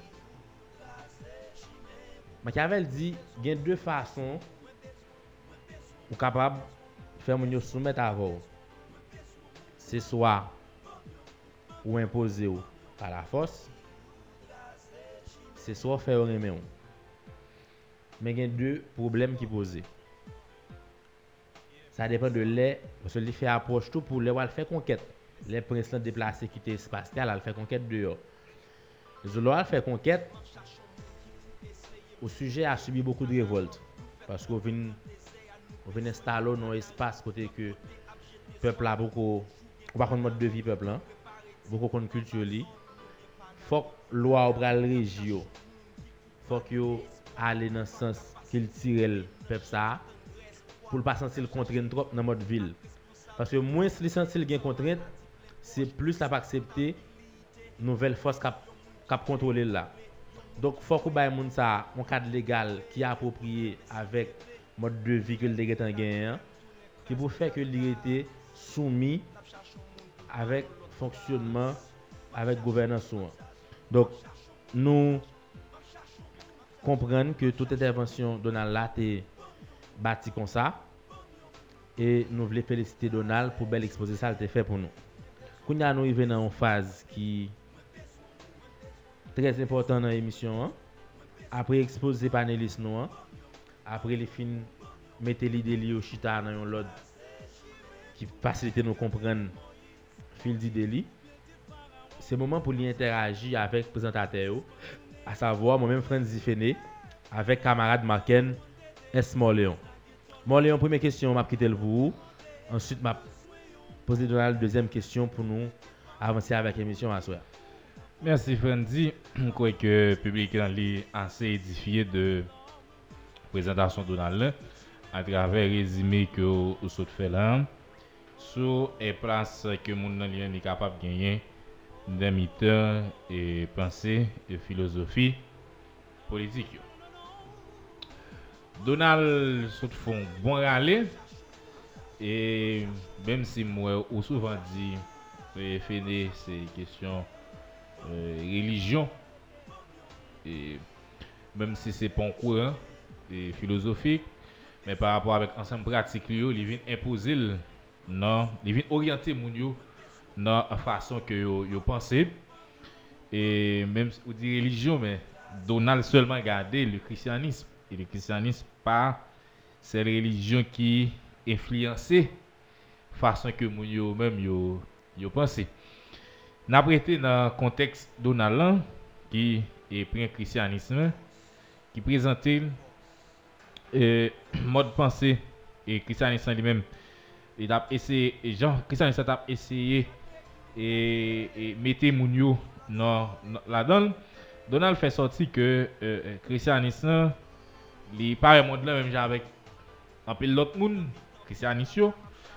Speaker 4: Machiavel dit il y a deux façons ou capable faire mon soumettre à vous. C'est soit ou imposer ou par la force, c'est soit faire remel. Mais il y a deux problèmes qui posent. Ça dépend de les parce que il fait approche tout pour les faire conquête. Les princes sont déplacés quitter espace là, il fait conquête dehors. Zolo fait conquête au sujet a subi beaucoup de révoltes parce qu'on vient on vient installer dans espace côté que peuple a beaucoup par contre mode de vie peuple là beaucoup de culture li faut loi pral régir faut que aller dans sens qu'il tire le peuple ça pour pas sentir contrainte trop dans mode ville parce que moins si sentir gain contrainte c'est plus ça pas accepter nouvelle force cap cap contrôler là. Donc faut que bay moun ça un cadre légal qui est approprié avec mode de vie que le dégain gain qui pour faire que il était soumis avec fonctionnement avec gouvernance. Donc nous comprenons que toute intervention Donald là est bâti comme ça et nous voulons féliciter Donald pour belle exposé ça il fait pour nous. Kounya nous arrivé dans une phase qui très important dans l'émission hein? Après exposer panélistes nous hein? Après les fins mettre l'idée li au chita dans un lot qui facilite nous comprendre fil d'idée li c'est moment pour lui interagir avec présentateur à savoir moi-même Franzi Fené avec camarade Marken S Morléon. Morléon première question m'a quitter le vous ensuite m'a poser Donald deuxième question pour nous avancer avec l'émission à soir.
Speaker 3: Merci Franzi. Je crois que le public est assez édifié de la présentation de Donald à travers le résumé que vous avez fait là sur les places que le monde est capable de gagner des miteurs et pensées et philosophie politique. Donald se font bon râler et même si moi ou souvent dit et Féné, c'est question euh, religion. Et même si c'est pas un courant et philosophique, mais par rapport avec ensemble pratique, il vient imposer, non, il vient orienter moun yo dans la façon que yo, yo pensez. Et même si on dit religion, mais Donald seulement gardé le christianisme. Et le christianisme, pas c'est la religion qui influencé façon que moun yo même yo yo pensé. N'a prêté dans le contexte Donald là, qui est pris un christianisme qui présentait euh, mode pensée et christianisme lui-même. Il a essayé, et Jean christianisme a essayé et, et mettre moun yo dans là-dedans. Donald fait sortir que euh, christianisme li pas monde là même avec un peu l'autre monde christianisme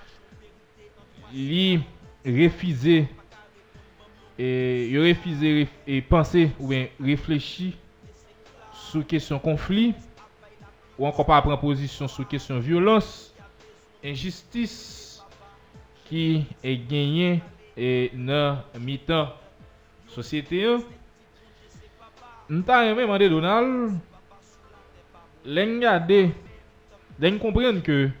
Speaker 3: li refuser et il refuser et penser ou bien réfléchir sur question conflit ou encore pas prendre position sur question violence, injustice qui est gagné et dans mi-temps société. Nous t'avons demandé Donald l'engagé d'en comprendre que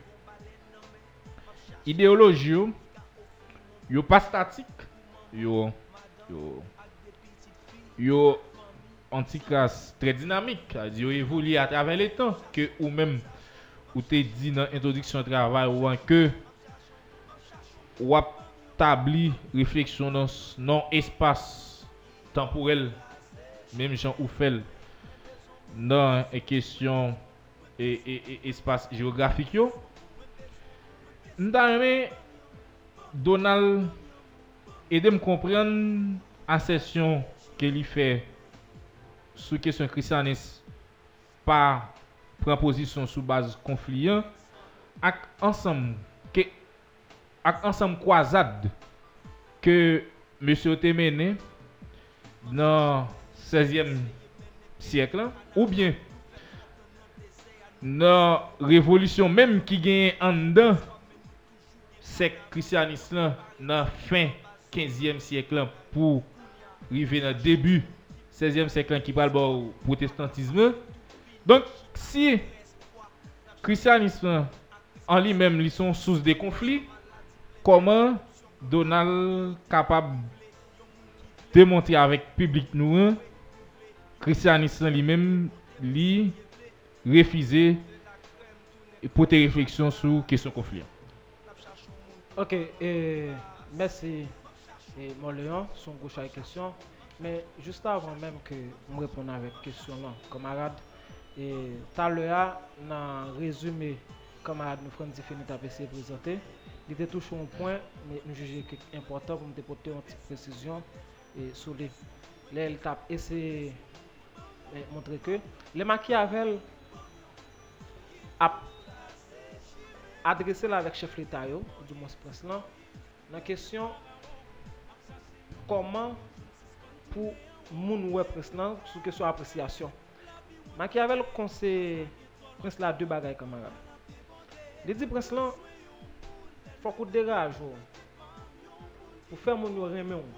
Speaker 3: idéologie yo yo pas statique, yo yo yo anti-classe très dynamique, c'est-à-dire évolue à travers le temps que ou même ou te dit dans introduction travail ou que ou établi réflexion dans non espace temporel même gens ou fait dans une question et, et, et espace géographique yo. N'dame Donald aider me comprendre en session qu'il fait sur question christianisme par prendre position sous base conflit ak ensemble que ak ensemble croisade que monsieur te mené dans seizième siècle ou bien dans révolution même qui gagne en dedans c'est christianisme dans fin quinzième siècle pour arriver dans début seizième siècle qui parle du protestantisme. Donc si christianisme en lui-même ils sont source de conflits, comment Donald capable de démontrer avec public nous christianisme lui-même lui refuser pour tes réflexions sur question conflit.
Speaker 5: Ok, et merci et mon Léon, son gauche à la question. Mais juste avant même que je réponde avec la question là, camarade, et tout à l'heure, dans le résumé, camarade nous Franzi Fini a essayé de présenter, il était touché un point, mais nous jugeons que c'est important pour nous déporter une petite précision et sur les. Là, il a essayé de montrer que les Machiavel a adressé là avec chef l'État, du moins président, la question comment pour moun ouais président sur question appréciation. Machiavel conseille prince là deux bagages camarade. Il dit prince là faut qu'on dérage pour faire moun yo remen ou.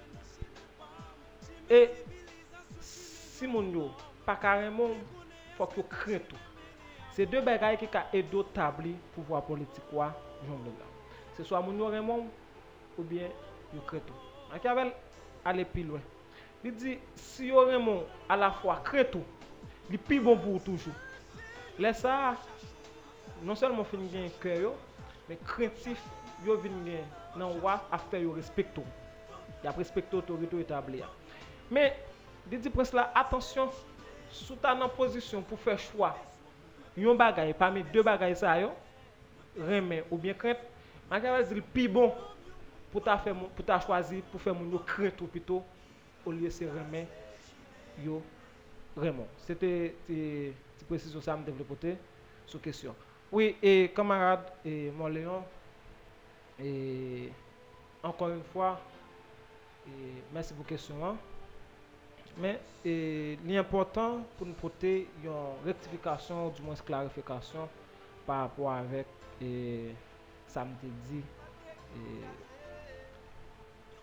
Speaker 5: Et si moun yo pas carrément faut que craint tout. C'est deux bagages qui ka aider établir pouvoir politique quoi jongle là. C'est soit moun yo remen ou bien yo craint tout. Machiavel aller plus loin. Il dit si yo remen à la fois craint tout, il plus bon pour toujours. Laisse ça non seulement fin gen cœur mais craintif yo vinn gen nan wa a faire yo respecto. Y a respecter autorité établie. Mais il dit prince là attention sous ta en position pour faire choix. Yon bagay parmi deux bagay ça yo remen ou bien crainte. Machiavel dit plus bon pour ta faire pour ta choisir pour faire mon yo crainte plutôt au lieu de remen yo vraiment. C'était une précision ça me développer sur question. Oui, et camarade et mon Léon, et encore une fois, et merci pour la question. Hein. Mais l'important pour nous porter une rectification, du moins une clarification par rapport avec et, ça me dit et,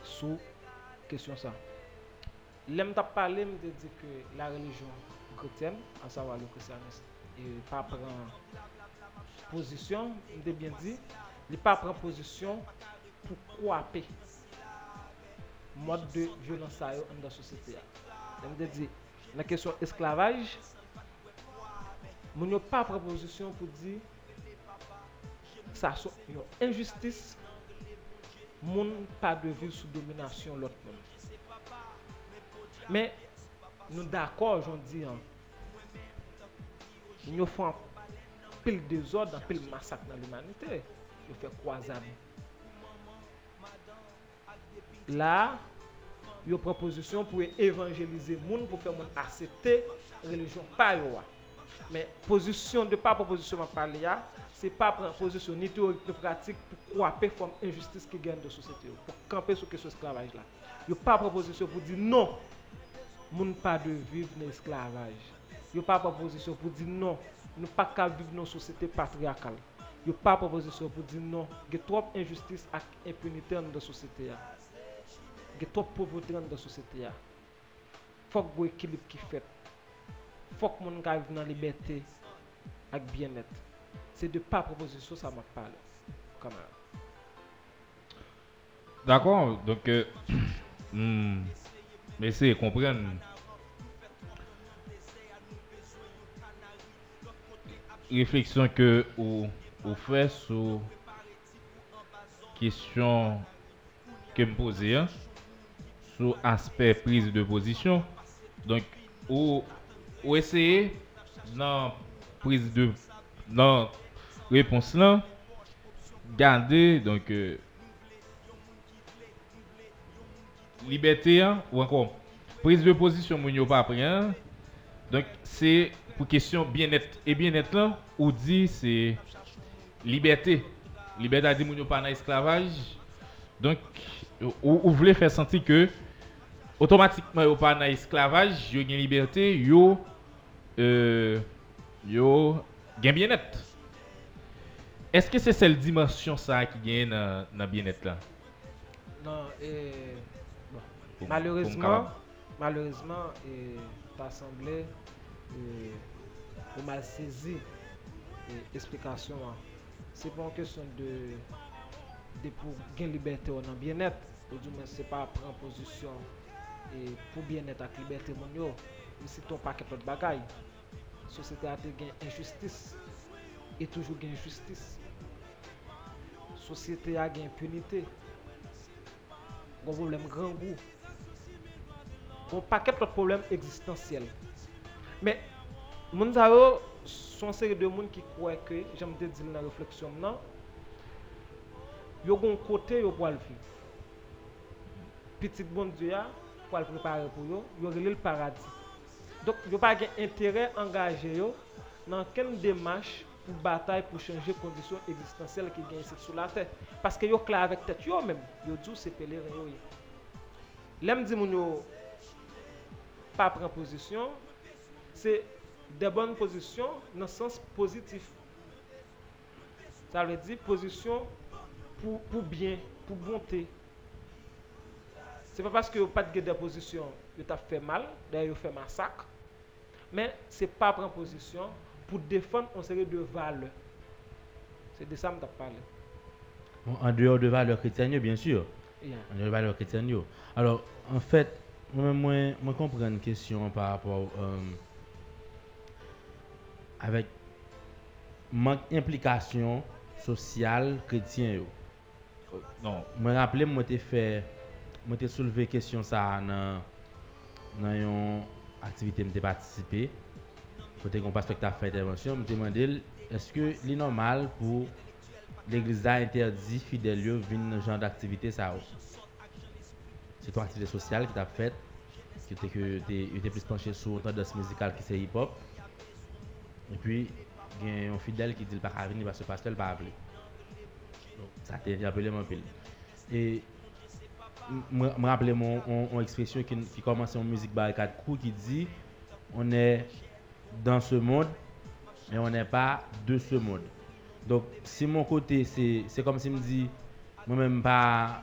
Speaker 5: sur question ça. L'aime t'a parlé, me dit que la religion chrétienne, à savoir le christianisme, et pas prend position, me bien dit, il pas prend position pour croiser mode de violence ça dans la société. Je me dit la question esclavage, mon yo pas prend position pour dire ça sont une injustice, moun pas de vivre sous domination l'autre monde. Mais nous d'accord, j'en dis, hein, nous font pile désordre, pile massacre dans l'humanité, nous fait croisade. Là, il y a une proposition pour évangéliser les gens, pour faire les gens accepter la religion pas yo. Mais position de pas proposition à parler, c'est pas prendre position ni théorique ni pratique pour croiser forme injustice qui gagne de la société, pour camper sur question esclavage là. Il n'y a pas proposition pour dire non. Moun pas de vivre dans l'esclavage. Yo pas proposition pour dire non, nous pas qu'à vivre dans une société patriarcale. Yo pas proposition pour dire non, il y a trop injustice et impunité dans la société. Il y a trop pauvreté dans la société. Faut que y équilibre qui fait. Faut que moun vivre dans la liberté et bien-être. C'est de pas proposition ça m'a parlé. Quand même.
Speaker 3: D'accord, donc euh, hmm, mais c'est comprendre réflexion que vous faites sur question que me posez hein, sur aspect prise de position. Donc ou ou essayer dans prise de dans réponse là garder donc euh, liberté hein, ou encore prise de position moun yo pas pris hein. Donc c'est pour question bien-être et bien-être là ou dit c'est liberté liberté a dit moun yo pas dans esclavage. Donc ou, ou voulez faire sentir que automatiquement yo pas dans esclavage, yo gen liberté, yo euh yo gen bien-être. Est-ce que c'est cette dimension ça qui gagne dans dans bien-être là?
Speaker 5: Non, et bon,
Speaker 3: Pour-
Speaker 5: malheureusement,
Speaker 3: pour
Speaker 5: malheureusement, et l'Assemblée a mal saisi l'explication. C'est pas une question de, de pour gagner liberté ou non bien-être. Ou du moins, c'est pas prendre position et pour bien-être avec liberté mon yo. Mais c'est ton paquet de bagaille. La société a gagné injustice et toujours gagne justice. La société a gagné impunité. Un problème grand goût. Un paquet de problèmes existentiels. Mais, moun sa yo son série de moun qui croient que, j'aime te dire dans la réflexion, non, yo gon côté yo pour le vivre. Petit bon Dieu ya, pour le préparer pour yo, yo relè le paradis. Donc, yo pas gen intérêt engagé yo dans quelle démarche pour bataille pour changer conditions existentielles qui gagnent ici sur la terre. Parce que yo clair avec tête yo même, yo dit c'est pèlerin yo. L'aime dit moun yo pas prendre position, c'est des bonnes positions dans le sens positif. Ça veut dire position pour, pour bien, pour bonté. C'est pas parce que vous pas de des positions, vous t'a fait mal, d'ailleurs vous fait massacre, mais c'est pas prendre position pour défendre une série de valeurs. C'est de ça que je parle.
Speaker 4: Bon, en dehors de valeurs chrétiennes, bien sûr.
Speaker 5: Yeah.
Speaker 4: En dehors de valeurs chrétiennes. Alors, en fait, moi, moi, moi comprends une question par rapport euh, avec manque implication sociale chrétienne. yo.
Speaker 3: Non,
Speaker 4: Je me rappelle, moi, j'ai fait, moi, j'ai soulevé question ça dans dans une activité que j'ai participé. Côté qu'on pasteur qui a fait intervention, je me demandé est-ce que c'est normal pour l'église a interdit fidèles de venir dans ce genre d'activité ça. C'est une activité sociale qui t'a fait qui était que tu étais plus penché sur une tendance musicale qui c'est hip-hop. Et puis il y a un fidèle qui dit qu'il ne peut pas venir parce que le pasteur ne l'a pas appelé. Donc ça t'a interpellé mon pile. Et je me rappelle mon on, on expression qui, qui commence en musique barricade crew qui dit on est dans ce monde mais on n'est pas de ce monde. Donc si mon côté c'est c'est comme si me dit moi même pas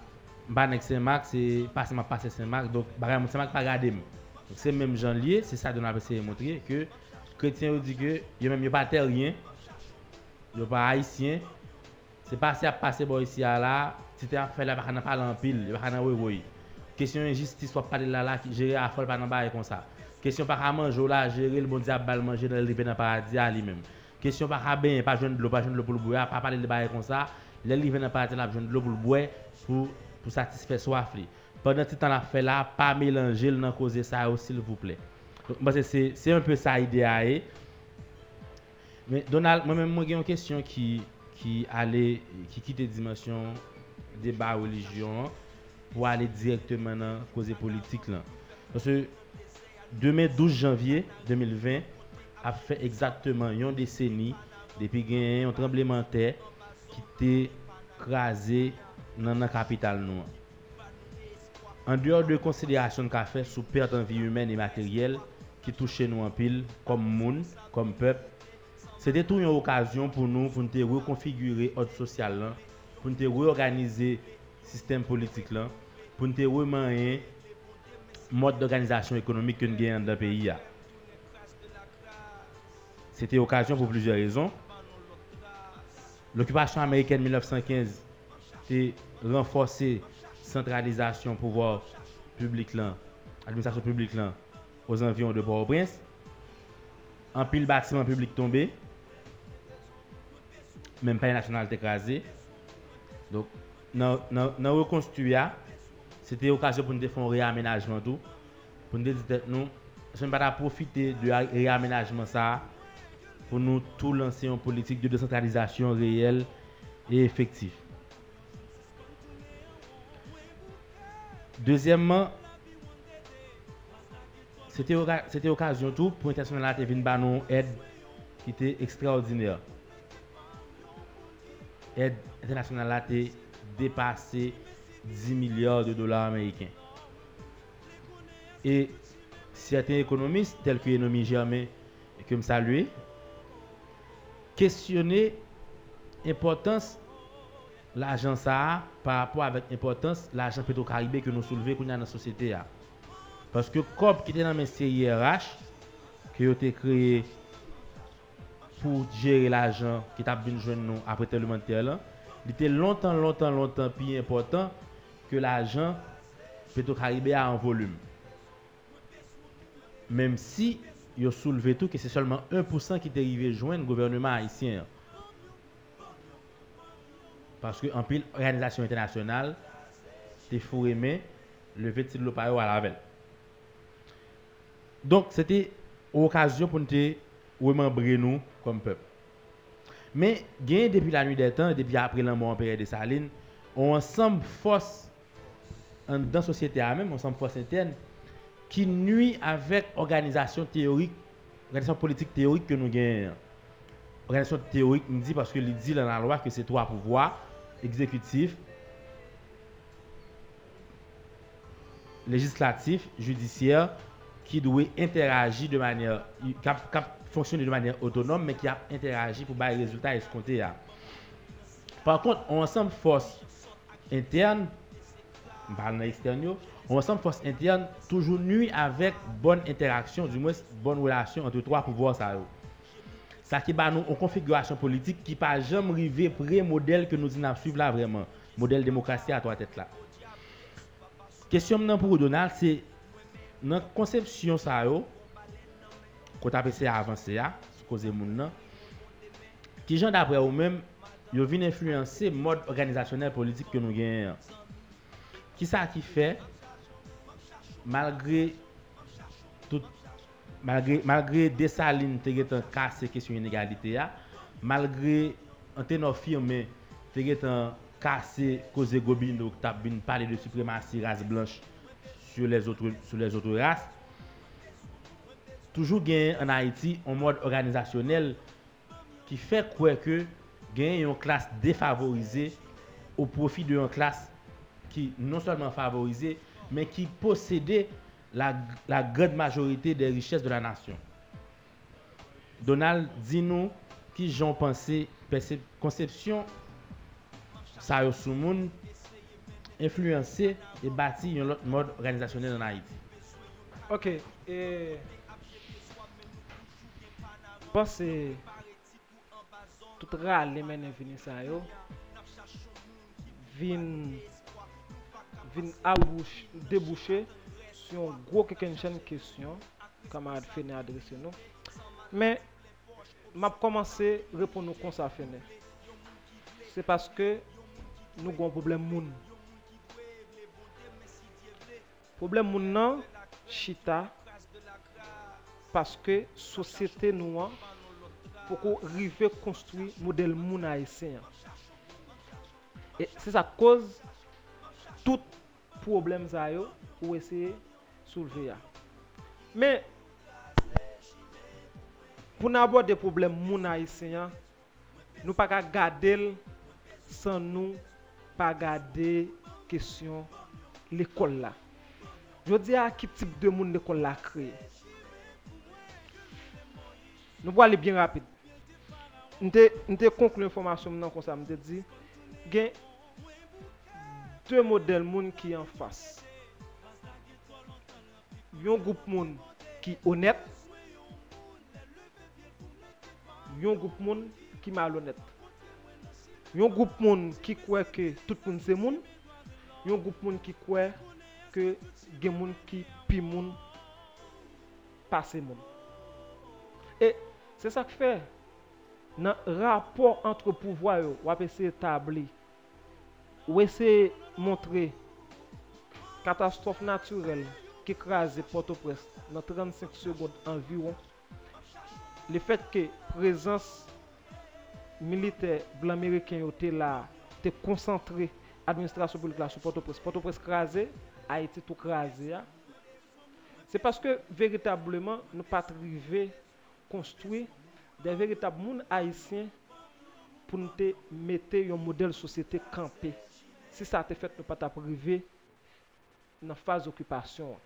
Speaker 4: Bah nek Saint-Marc, c'est pas seulement passer Saint-Marc, donc bagay mon Saint-Marc pas garder. Donc c'est même Jean lié, c'est ça Donald essayer de montrer que chrétien ont dit que yo même yo pas terrien, yo pas haïtien. C'est pas si à passer bon ici à là, si tu as fait là pas n'a pas en pile, pas n'a oui oui. Question injustice soit pas là là qui gérer à folle pas dans bail comme ça. Question pas à manger là, gérer le bon diable bal manger dans le dans paradis à lui-même. Question pas à bien, pas joindre de l'eau, pas joindre de l'eau pour le boire, pas parler de bail comme ça. Les livres dans paradis là joindre de l'eau pour le boire pour pour satisfaire soif li. Pendant ce temps là fait là, pas mélanger dans causer ça s'il vous plaît. Donc moi c'est c'est un peu ça idée. Mais Donald, moi-même moi j'ai une question qui qui allait qui quitte dimension débat religion pour aller directement dans cause politique là. Parce que demain douze janvier deux mille vingt a fait exactement une décennie depuis qu'il y a un tremblement de terre qui était crasé dans la capitale nous. En dehors de considération qu'a fait sous perte de vie humaine et matérielle qui touche nous en pile comme monde, comme peuple, c'était tout une occasion pour nous pour nous reconfigurer l'ordre social là, pour nous réorganiser le système politique là, pour nous remettre mode d'organisation économique que nous avons dans le pays. C'était occasion pour plusieurs raisons. L'occupation américaine mille neuf cent quinze a renforcé la centralisation du pouvoir public, l'administration publique là, aux environs de Port-au-Prince. En pile bâtiment public tombé, même pas national écrasé. Donc, dans la reconstruction, c'était l'occasion pour nous faire un réaménagement tout. Pour nous dire nous, je ne vais pas profiter de réaménagement ça pour nous tout lancer une politique de décentralisation réelle et effective. Deuxièmement, c'était c'était occasion tout pour l'international de venir nous aide qui était extraordinaire. Aide internationale a dépassé dix milliards de dollars américains. Et certains économistes tels que Enomi Germain que me saluer questionner l'importance de l'argent ça par rapport avec l'importance de l'argent pétro-caribé que nous soulevons dans la société. Parce que comme qui était dans le C I R H qui a été créé pour gérer l'argent qui t'a bien joindre nous après tellement de terre, il était longtemps longtemps longtemps plus important que l'argent pétro-caribé en volume. Même si il a soulevé tout que c'est seulement un pour cent qui est arrivé joindre le gouvernement haïtien. Parce que en pile organisation internationale t'es fou aimé le petit de l'opéra à la veille. Donc c'était occasion pour nous remembrer nous comme peuple. Mais gain depuis la nuit des temps, depuis après la mort en période de Saline, on ensemble force dans la société même, ensemble force interne qui nuit avec organisation théorique, organisation politique théorique que nous gagnons. Organisation théorique, nous dit parce que il dit dans la loi que c'est trois pouvoirs exécutif, législatif, judiciaire qui doit interagir de manière cap, cap, fonctionner de manière autonome mais qui a interagi pour avoir des résultats escomptés. Par contre, on ensemble force interne, on externe, on ensemble force interne toujours nuit avec bonne interaction, du moins bonne relation entre trois pouvoirs ça. Ça qui bat nous en configuration politique qui pas jamais arrivé pré modèle que nous disons suivre là vraiment, modèle démocratie à trois têtes là. Question maintenant pour Donald, c'est dans conception ça yo qu'on t'a passé à avancer à causer moun nan qui gens d'après ou même yo vinn influencer mode organisationnel politique que nous gagnons. Qui ça qui fait malgré tout malgré malgré Dessalines te getan cassé question inégalité a malgré antenne firmé te getan cassé cause Gobindo t'a bin parler de suprématie race blanche sur les autres sur les autres races. Toujours gain en Haïti un mode organisationnel qui fait quoi que gagne une classe défavorisée au profit d'une classe qui non seulement favorisée mais qui possédait la, la grande majorité des richesses de la nation. Donald, dis-nous qui j'en pensé conception ça yo sou moun influencer et bâtir un autre mode organisationnel en Haïti.
Speaker 5: Ok, et pense tout râle men vini sa yo vin vin abouche déboucher sur un gros quelqu'un chaîne question camarade Fene adressé nous mais m'a commencé répondre comme ça Fene c'est parce que nous avons un problème moun problème moun nan chita parce que société nous pour qu'on arrive construire modèle moun haïtien et c'est ça cause tout problème ça yo ou essayer soulever ya. Mais pour n'aborder des problèmes moun haïtien nous pas qu'à garder sans nous pas garder question l'école là. Je dis à quel type de monde l'école là créé. Nous allons aller bien rapide. Nous te conclu l'information maintenant comme ça, me dit gen deux modèles moun qui en face. Yon groupe moun qui honnête, yon groupe moun qui malhonnête. Yon groupe moun qui croit que tout moun c'est moun, yon groupe moun qui croit que gen moun qui pi moun passe moun. Et c'est ça que fait dans rapport entre pouvoir yo, ou essayer établir ou essayer montrer catastrophe naturelle qui écrase Port-au-Prince dans trente-cinq secondes environ. Le fait que présence militaire blanc américain était là, était concentré administration publique là sur Port-au-Prince, Port-au-Prince crasé, Haïti tout crasé. C'est parce que véritablement nous pas arrivé construire des véritables moun haïtiens pour nous mettre un modèle société campé. Si ça a été fait, nous pas arrivé dans la phase d'occupation.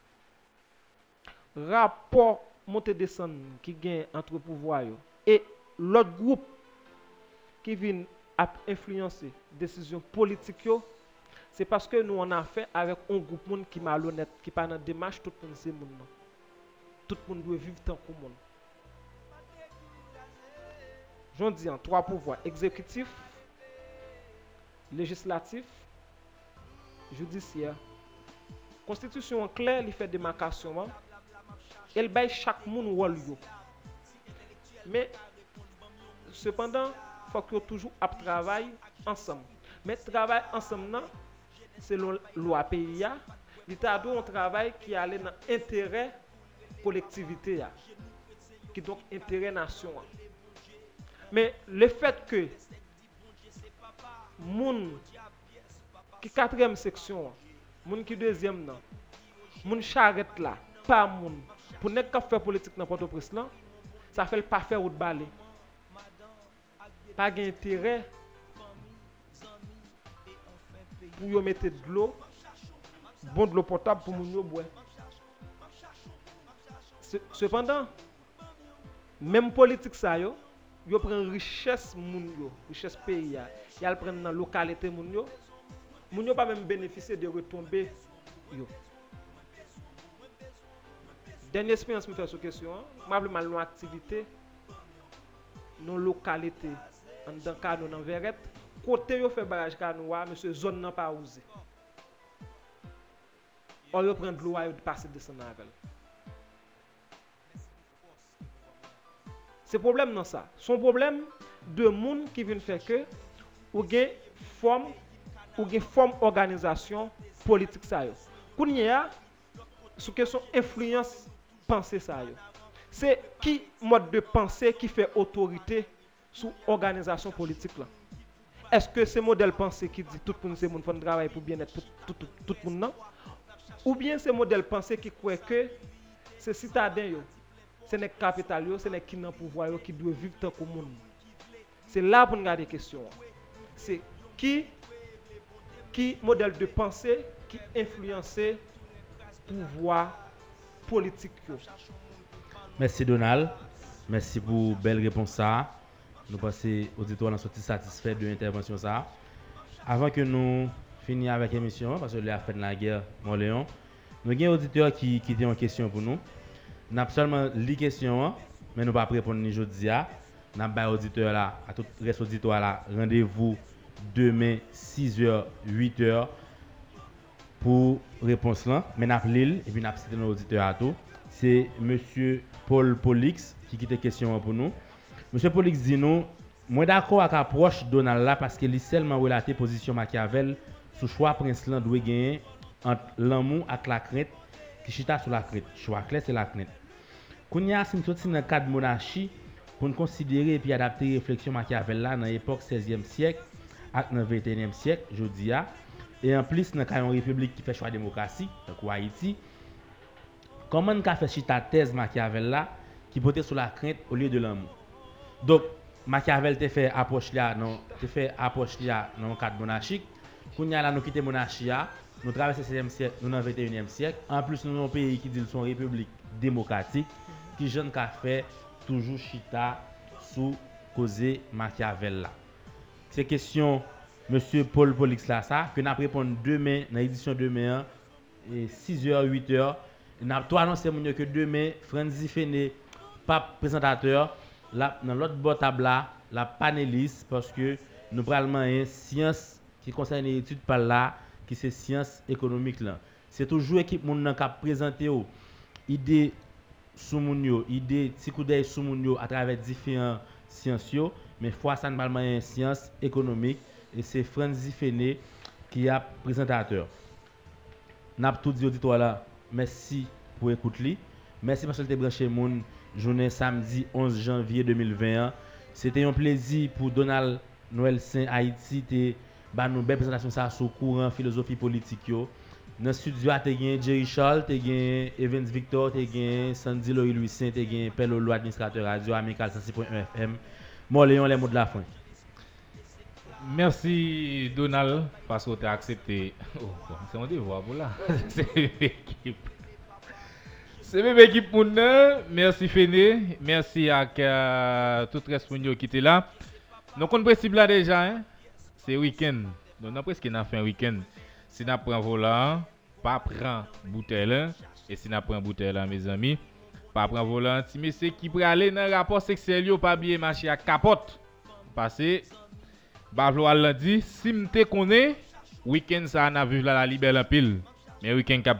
Speaker 5: Rapport montée descendre qui gagne entre pouvoir et l'autre groupe qui vient à influencer décision politique, c'est parce que nous on a fait avec un groupe monde qui malhonnête, qui pas dans démarche tout le monde c'est monde. Tout le monde doit vivre tant que monde. J'en dis en trois pouvoirs exécutif, législatif, judiciaire. Constitution claire, il fait démarcation. Elle baille chaque monde rôle yo. Mais cependant, il faut que toujours à travailler ensemble. Mais travail ensemble selon loi pays a, l'État doit un travail qui allait dans intérêt collectivité a, qui donc intérêt nation. Mais le fait que moun qui quatrième section, moun qui deuxième nan, moun charrette là, pas moun pour n'est qu'à faire politique dans Port-au-Prince là, ça fait pas faire route balai. Pas d'intérêt pour yo mettre de l'eau, bon de l'eau potable pour moun yo boire. Cependant, même politique ça yo, yo prend richesse moun yo, richesse pays ya, y'al prend dans localité moun yo, moun yo pas même bénéficier de retombées yo. Dernière expérience me fait sur question, m'a vle mal une activité non localité en dans Kano dans Verrette, côté yo fait barrage Kanoa, monsieur zone nan pas osé. On yo prend de l'eau yo passer descendre avec. C'est problème non ça. Son problème de monde qui vient faire que ou gen forme ou gen forme organisation politique ça yo. Kounya sous question influence pensée ça yo. C'est qui mode de pensée qui fait autorité sous organisation politique là. Est-ce que c'est modèle pensée qui dit tout le monde c'est monde faut travailler pour bien-être tout tout tout, tout le monde non? Ou bien c'est modèle pensée qui croit que c'est citadin yo. Ce n'est que capital yo, ce n'est qui n'a pouvoir yo qui doit vivre tant que monde. C'est là pour nous garder question. C'est qui qui modèle de pensée qui influence pouvoir politique yo.
Speaker 4: Merci Donald. Merci pour belle réponse ça. Nous passons auditoire dans sorti satisfait de l'intervention ça. Avant que nous fini avec l'émission parce que là, fait de la guerre, mon Léon. Nous avons un auditeur qui, qui a une question pour nous. Nous avons seulement les questions, mais nous ne pouvons pas répondre ni aujourd'hui. Nous avons un auditeur là, à tout le reste auditoire là, rendez-vous demain six heures, huit heures pour réponse là. Mais nous avons l'île et puis nous avons cité nos auditeurs à tout. C'est monsieur Paul Polix qui quitte question pour nous. Monsieur Polix dit nous, moi d'accord avec l'approche Donald là parce qu'il est seulement relaté position Machiavel sous choix prince là doit gagner entre l'amour et la crainte qui chita sur la crainte. Choix clair c'est la crainte. Kounya si nous sorti dans cadre monarchie pour nous considérer et puis adapter réflexion Machiavel là dans l'époque seizième siècle ak dans vingt et unième siècle, jodi a et en plus dans une république qui fait choix démocratie, donc Haïti. Comment on fait chita thèse Machiavel là qui portait sur la crainte au lieu de l'amour. Donc Machiavel te fait approche là non, te fait approche là dans le cadre monarchique. Kounya là nous quitter monarchie nous traversons le seizième siècle, nous dans le vingt et unième siècle. En plus nous avons un pays qui dit son république démocratique qui jeune qu'a fait toujours chita sous causé Machiavel là. C'est question monsieur Paul Polix là ça que n'a répondre demain dans l'édition demain et six heures huit heures. N'a tout annoncé que demain Franzi Fene pas présentateur là dans l'autre bord table là la panéliste parce que nous parlons une science qui concerne les études par là qui c'est science économique là. C'est toujours équipe moun qui a présenté idée sous moun yo, idée ti coup d'œil sous moun yo à travers différents sciences yo, mais fois ça nous parlons une science économique et c'est Franzi Fene qui a présentateur. N'a tout dit auditoire là. Merci pour écouter. Merci parce que vous avez branché moun journée samedi onze janvier deux mille vingt. C'était un plaisir pour Donald Noël Saint Haïti te ba nous belle présentation ça sur courant philosophie politique yo. Dans studio a te gen Jerry Charles, te gen Evans Victor, te gen Sandy Louis Louis Saint, te gen Pelolo administrateur radio amical cent six point un F M. Moi Léon les mots de la fin.
Speaker 3: Merci Donald parce que tu as accepté. Oh, c'est mon devoir pour là. C'est l'équipe. C'est même équipe pour nous. Merci Fene. Merci à uh, tout le reste qui était là. Donc on principe là déjà. Hein? C'est week-end. Donc on a presque fait un week-end. Si on prend volant, pas prendre bouteille. Et si on prend bouteille là, mes amis, pas prendre volant. Si monsieur qui peut aller dans le rapport sexuel, yo pas bien marcher à capote. Parce que Bavlo a dit, si m'te connaît, week-end ça on a vu la libère la pile. Mais week-end cap